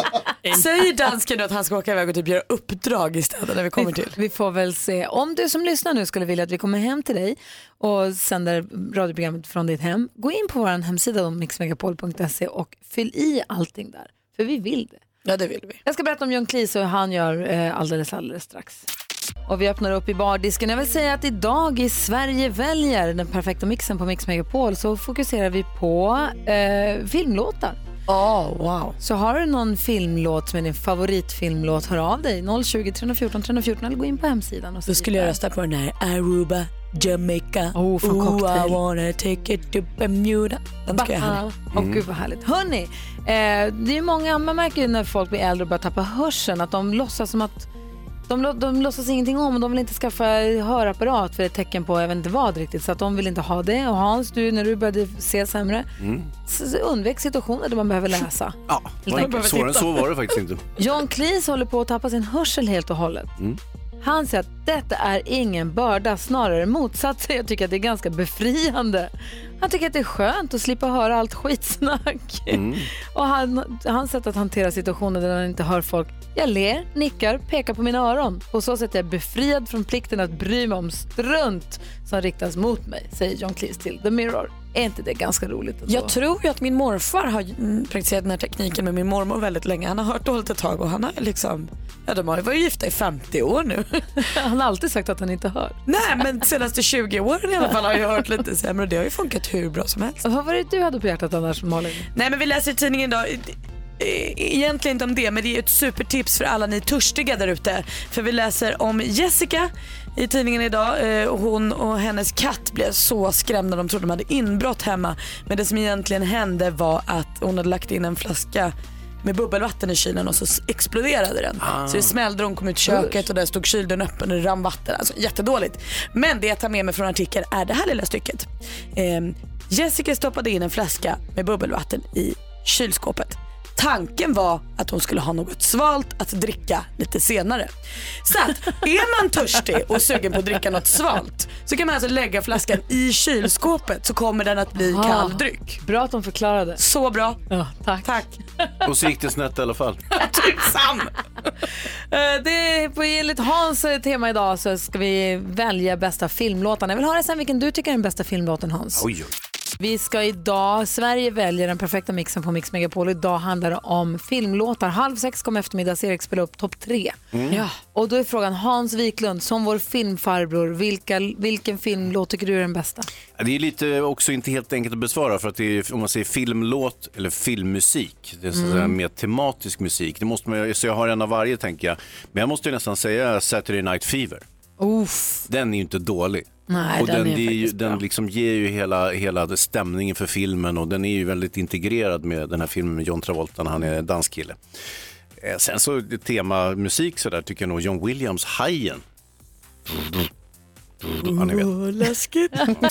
Säger dansken att han ska åka iväg och typ göra uppdrag istället när vi kommer till? Vi får väl se. Om du som lyssnar nu skulle vilja att vi kommer hem till dig och sänder radioprogrammet från ditt hem, gå in på vår hemsida mix megapol punkt se och fyll i allting där. För vi vill det. Ja, det vill vi. Jag ska berätta om John Cleese och hur han gör eh, alldeles, alldeles strax. Och vi öppnar upp i bardisken. Jag vill säga att idag i Sverige väljer den perfekta mixen på Mix Megapol, så fokuserar vi på eh, filmlåtar. Oh, wow. Så har du någon filmlåt som är din favoritfilmlåt, hör av dig. noll tjugo, tre fjorton, tre fjorton eller gå in på hemsidan. Och så Då skulle jag rösta på den här Aruba, Jamaica. Oh, från Ooh, Cocktail. I wanna take it to Bermuda. Den ska jag ha. Åh oh, gud vad härligt. Hörrni, eh, det är ju många, man märker ju när folk blir äldre och börjar tappa hörseln att de låtsas som att De, de låtsas ingenting om och de vill inte skaffa hörapparat för ett tecken på jag vet inte vad riktigt, så att de vill inte ha det. Och Hans, du, när du började se sämre mm. så, så undvek situationer där man behöver läsa. Ja, svårare än så var det faktiskt inte. John Cleese håller på att tappa sin hörsel helt och hållet. Mm. Han säger att detta är ingen börda, snarare motsatsen. Jag tycker att det är ganska befriande. Han tycker att det är skönt att slippa höra allt skitsnack. Mm. Och han, hans sätt att hantera situationer där han inte hör folk. Jag ler, nickar, pekar på mina öron. På så sätt är jag befriad från plikten att bry mig om strunt som riktas mot mig, säger John Cleese till The Mirror. Är inte det ganska roligt? Jag tror ju att min morfar har praktiserat den här tekniken med min mormor väldigt länge. Han har hört dåligt ett tag och han har liksom, ja, de har ju varit gifta i femtio år nu. Han har alltid sagt att han inte hör. Nej, men de senaste tjugo åren i alla fall har jag hört lite sämre och det har ju funkat hur bra som helst. Och vad var det du hade på hjärtat annars, Malin? Nej, men vi läser i tidningen idag. Egentligen inte om det, men det är ett supertips för alla ni törstiga där ute. För vi läser om Jessica i tidningen idag. Hon och hennes katt blev så skrämda. De trodde de hade inbrott hemma. Men det som egentligen hände var att hon hade lagt in en flaska med bubbelvatten i kylen och så exploderade den. Ah. Så det smällde, hon kom ut i köket och där stod kylen öppen och det rann vatten. Alltså jättedåligt. Men det jag tar med mig från artikeln är det här lilla stycket. Eh, Jessica stoppade in en flaska med bubbelvatten i kylskåpet. Tanken var att hon skulle ha något svalt att dricka lite senare. Så att är man törstig och sugen på att dricka något svalt så kan man alltså lägga flaskan i kylskåpet så kommer den att bli ah, kall dryck. Bra att de förklarade. Så bra. Ja, tack. Tack. Och så gick det snett i alla fall. Tusan. Det är på enligt Hans tema idag så ska vi välja bästa filmlåten. Jag vill höra sen vilken du tycker är den bästa filmlåten, Hans. Oj, oj. Vi ska idag, Sverige väljer den perfekta mixen på Mix Megapol. Idag handlar det om filmlåtar. Halv sex kommer eftermiddags Erik spela upp topp tre. Mm. Ja. Och då är frågan, Hans Wiklund, som vår filmfarbror, vilka, vilken filmlåt tycker du är den bästa? Det är lite också inte helt enkelt att besvara för att det är, om man säger filmlåt eller filmmusik, det är så att säga mer tematisk musik. Det måste man, så jag har en av varje tänker jag. Men jag måste ju nästan säga Saturday Night Fever. Uff. Den är ju inte dålig. Nej, och den, den, är är ju, den liksom ger ju hela, hela stämningen för filmen och den är ju väldigt integrerad med den här filmen med John Travolta när han är danskille. Eh, sen så temamusik så där tycker jag nog John Williams Hajen. Ja, ni vet. Läskigt.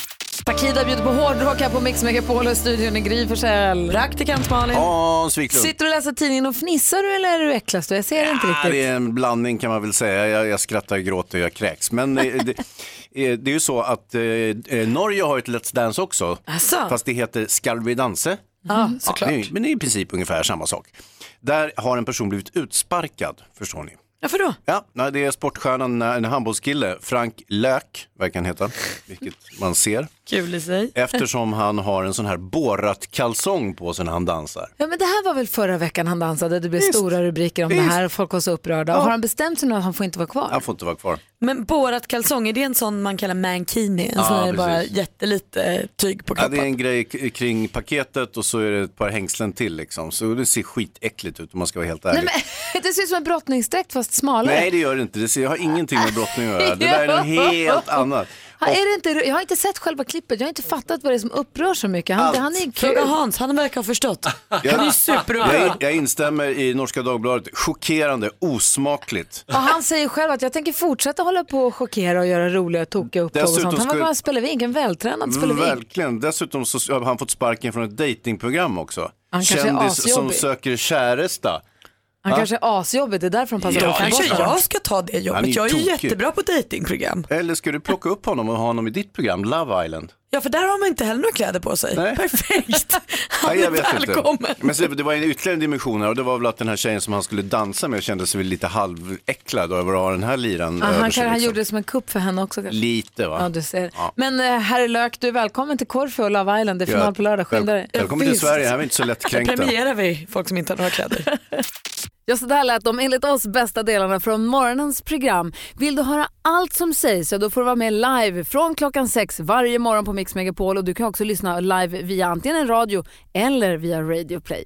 Takida bjuder på hårdrock här på Mix Megapol och studion i Gry Forssell. Praktikant Malin. Hans Wiklund. Sitter du och läser tidningen och fnissar du eller är du äcklas du? Jag ser det inte riktigt. Det är en blandning kan man väl säga. Jag, jag skrattar, gråter och jag kräks. Men eh, det, eh, det är ju så att eh, Norge har ett Let's Dance också. Asså? Fast det heter Skal vi danse. Ja, såklart. Ja, det är, men det är i princip ungefär samma sak. Där har en person blivit utsparkad, förstår ni. Varför då? Ja, nej, det är sportstjärnan, en handbollskille, Frank Lök, verkar han heta, vilket man ser. Kul i sig. Eftersom han har en sån här borrat kalsong på sig när han dansar. Ja, men det här var väl förra veckan han dansade. Det blev Visst. stora rubriker om Visst. det här och folk var så upprörda. Ja. Och har han bestämt sig nu att han får inte vara kvar? Han får inte vara kvar. Men borat kalsong, är det en sån man kallar mankini? En Ja, sån är precis. bara jättelite tyg på Ja, kroppen. det är en grej k- kring paketet och så är det ett par hängslen till liksom. Så det ser skitäckligt ut om man ska vara helt ärlig. Nej, men, det ser ut som en brottningsdräkt fast smalare. Nej, det gör det inte. Det ser, har ingenting med brottning att göra. Det där är något helt annat. Ja, är det inte, jag har inte sett själva klippet. Jag har inte fattat vad det är som upprör så mycket. Han, Allt. han är kul. Fråga Hans, han verkar ha förstått. Han är ju superupprörd. Jag, jag instämmer i Norska Dagbladet. Chockerande, osmakligt. Och han säger själv att jag tänker fortsätta hålla på och chockera och göra roliga tokiga upptåg och Dessutom sånt. Han var skulle- bara spelevink, en vältränad spelevink. Verkligen. Dessutom så har han fått sparken från ett datingprogram också. Han kanske är Kändis som asjobbig. söker käresta. Han Ja. kanske är asjobbig, det är därför han passar Ja, på att få Kanske bort honom. jag ska ta det Han är jobbet. ju Jag är ju tokig. jättebra på datingprogram. Eller ska du plocka upp honom och ha honom i ditt program, Love Island? Ja, för där har man inte heller några kläder på sig. Nej. Perfekt. Han Nej, jag är vet välkommen. inte. Men så, det var en ytterligare dimension här och det var väl att den här tjejen som han skulle dansa med kände sig väl lite halväcklad över att ha den här liran Ja, över han, sig, kan, han liksom. gjorde det som en kupp för henne också. Kanske. Lite va? Ja, du ser. Ja. Men eh, herr Lök, du är välkommen till Korfu och Love Island. Det är final på lördag, skynda dig. Välkommen till Sverige, här är vi inte så Där lättkränkta. premierar vi folk som inte har några kläder. Ja, så där lät de enligt oss bästa delarna från morgonens program. Vill du höra allt som sägs så då får du vara med live från klockan sex varje morgon på Mix Megapol. Och du kan också lyssna live via antingen en radio eller via Radio Play.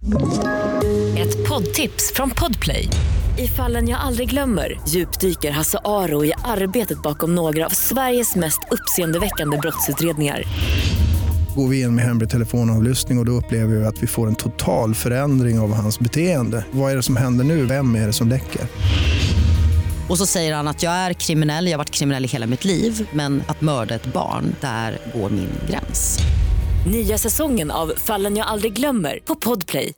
Ett poddtips från Podplay. I Fallen jag aldrig glömmer djupdyker Hasse Aro i arbetet bakom några av Sveriges mest uppseendeväckande brottsutredningar. Går vi in med hemlig telefonavlyssning och, och då upplever vi att vi får en total förändring av hans beteende. Vad är det som händer nu? Vem är det som läcker? Och så säger han att jag är kriminell, jag har varit kriminell i hela mitt liv. Men att mörda ett barn, där går min gräns. Nya säsongen av Fallen jag aldrig glömmer på Podplay.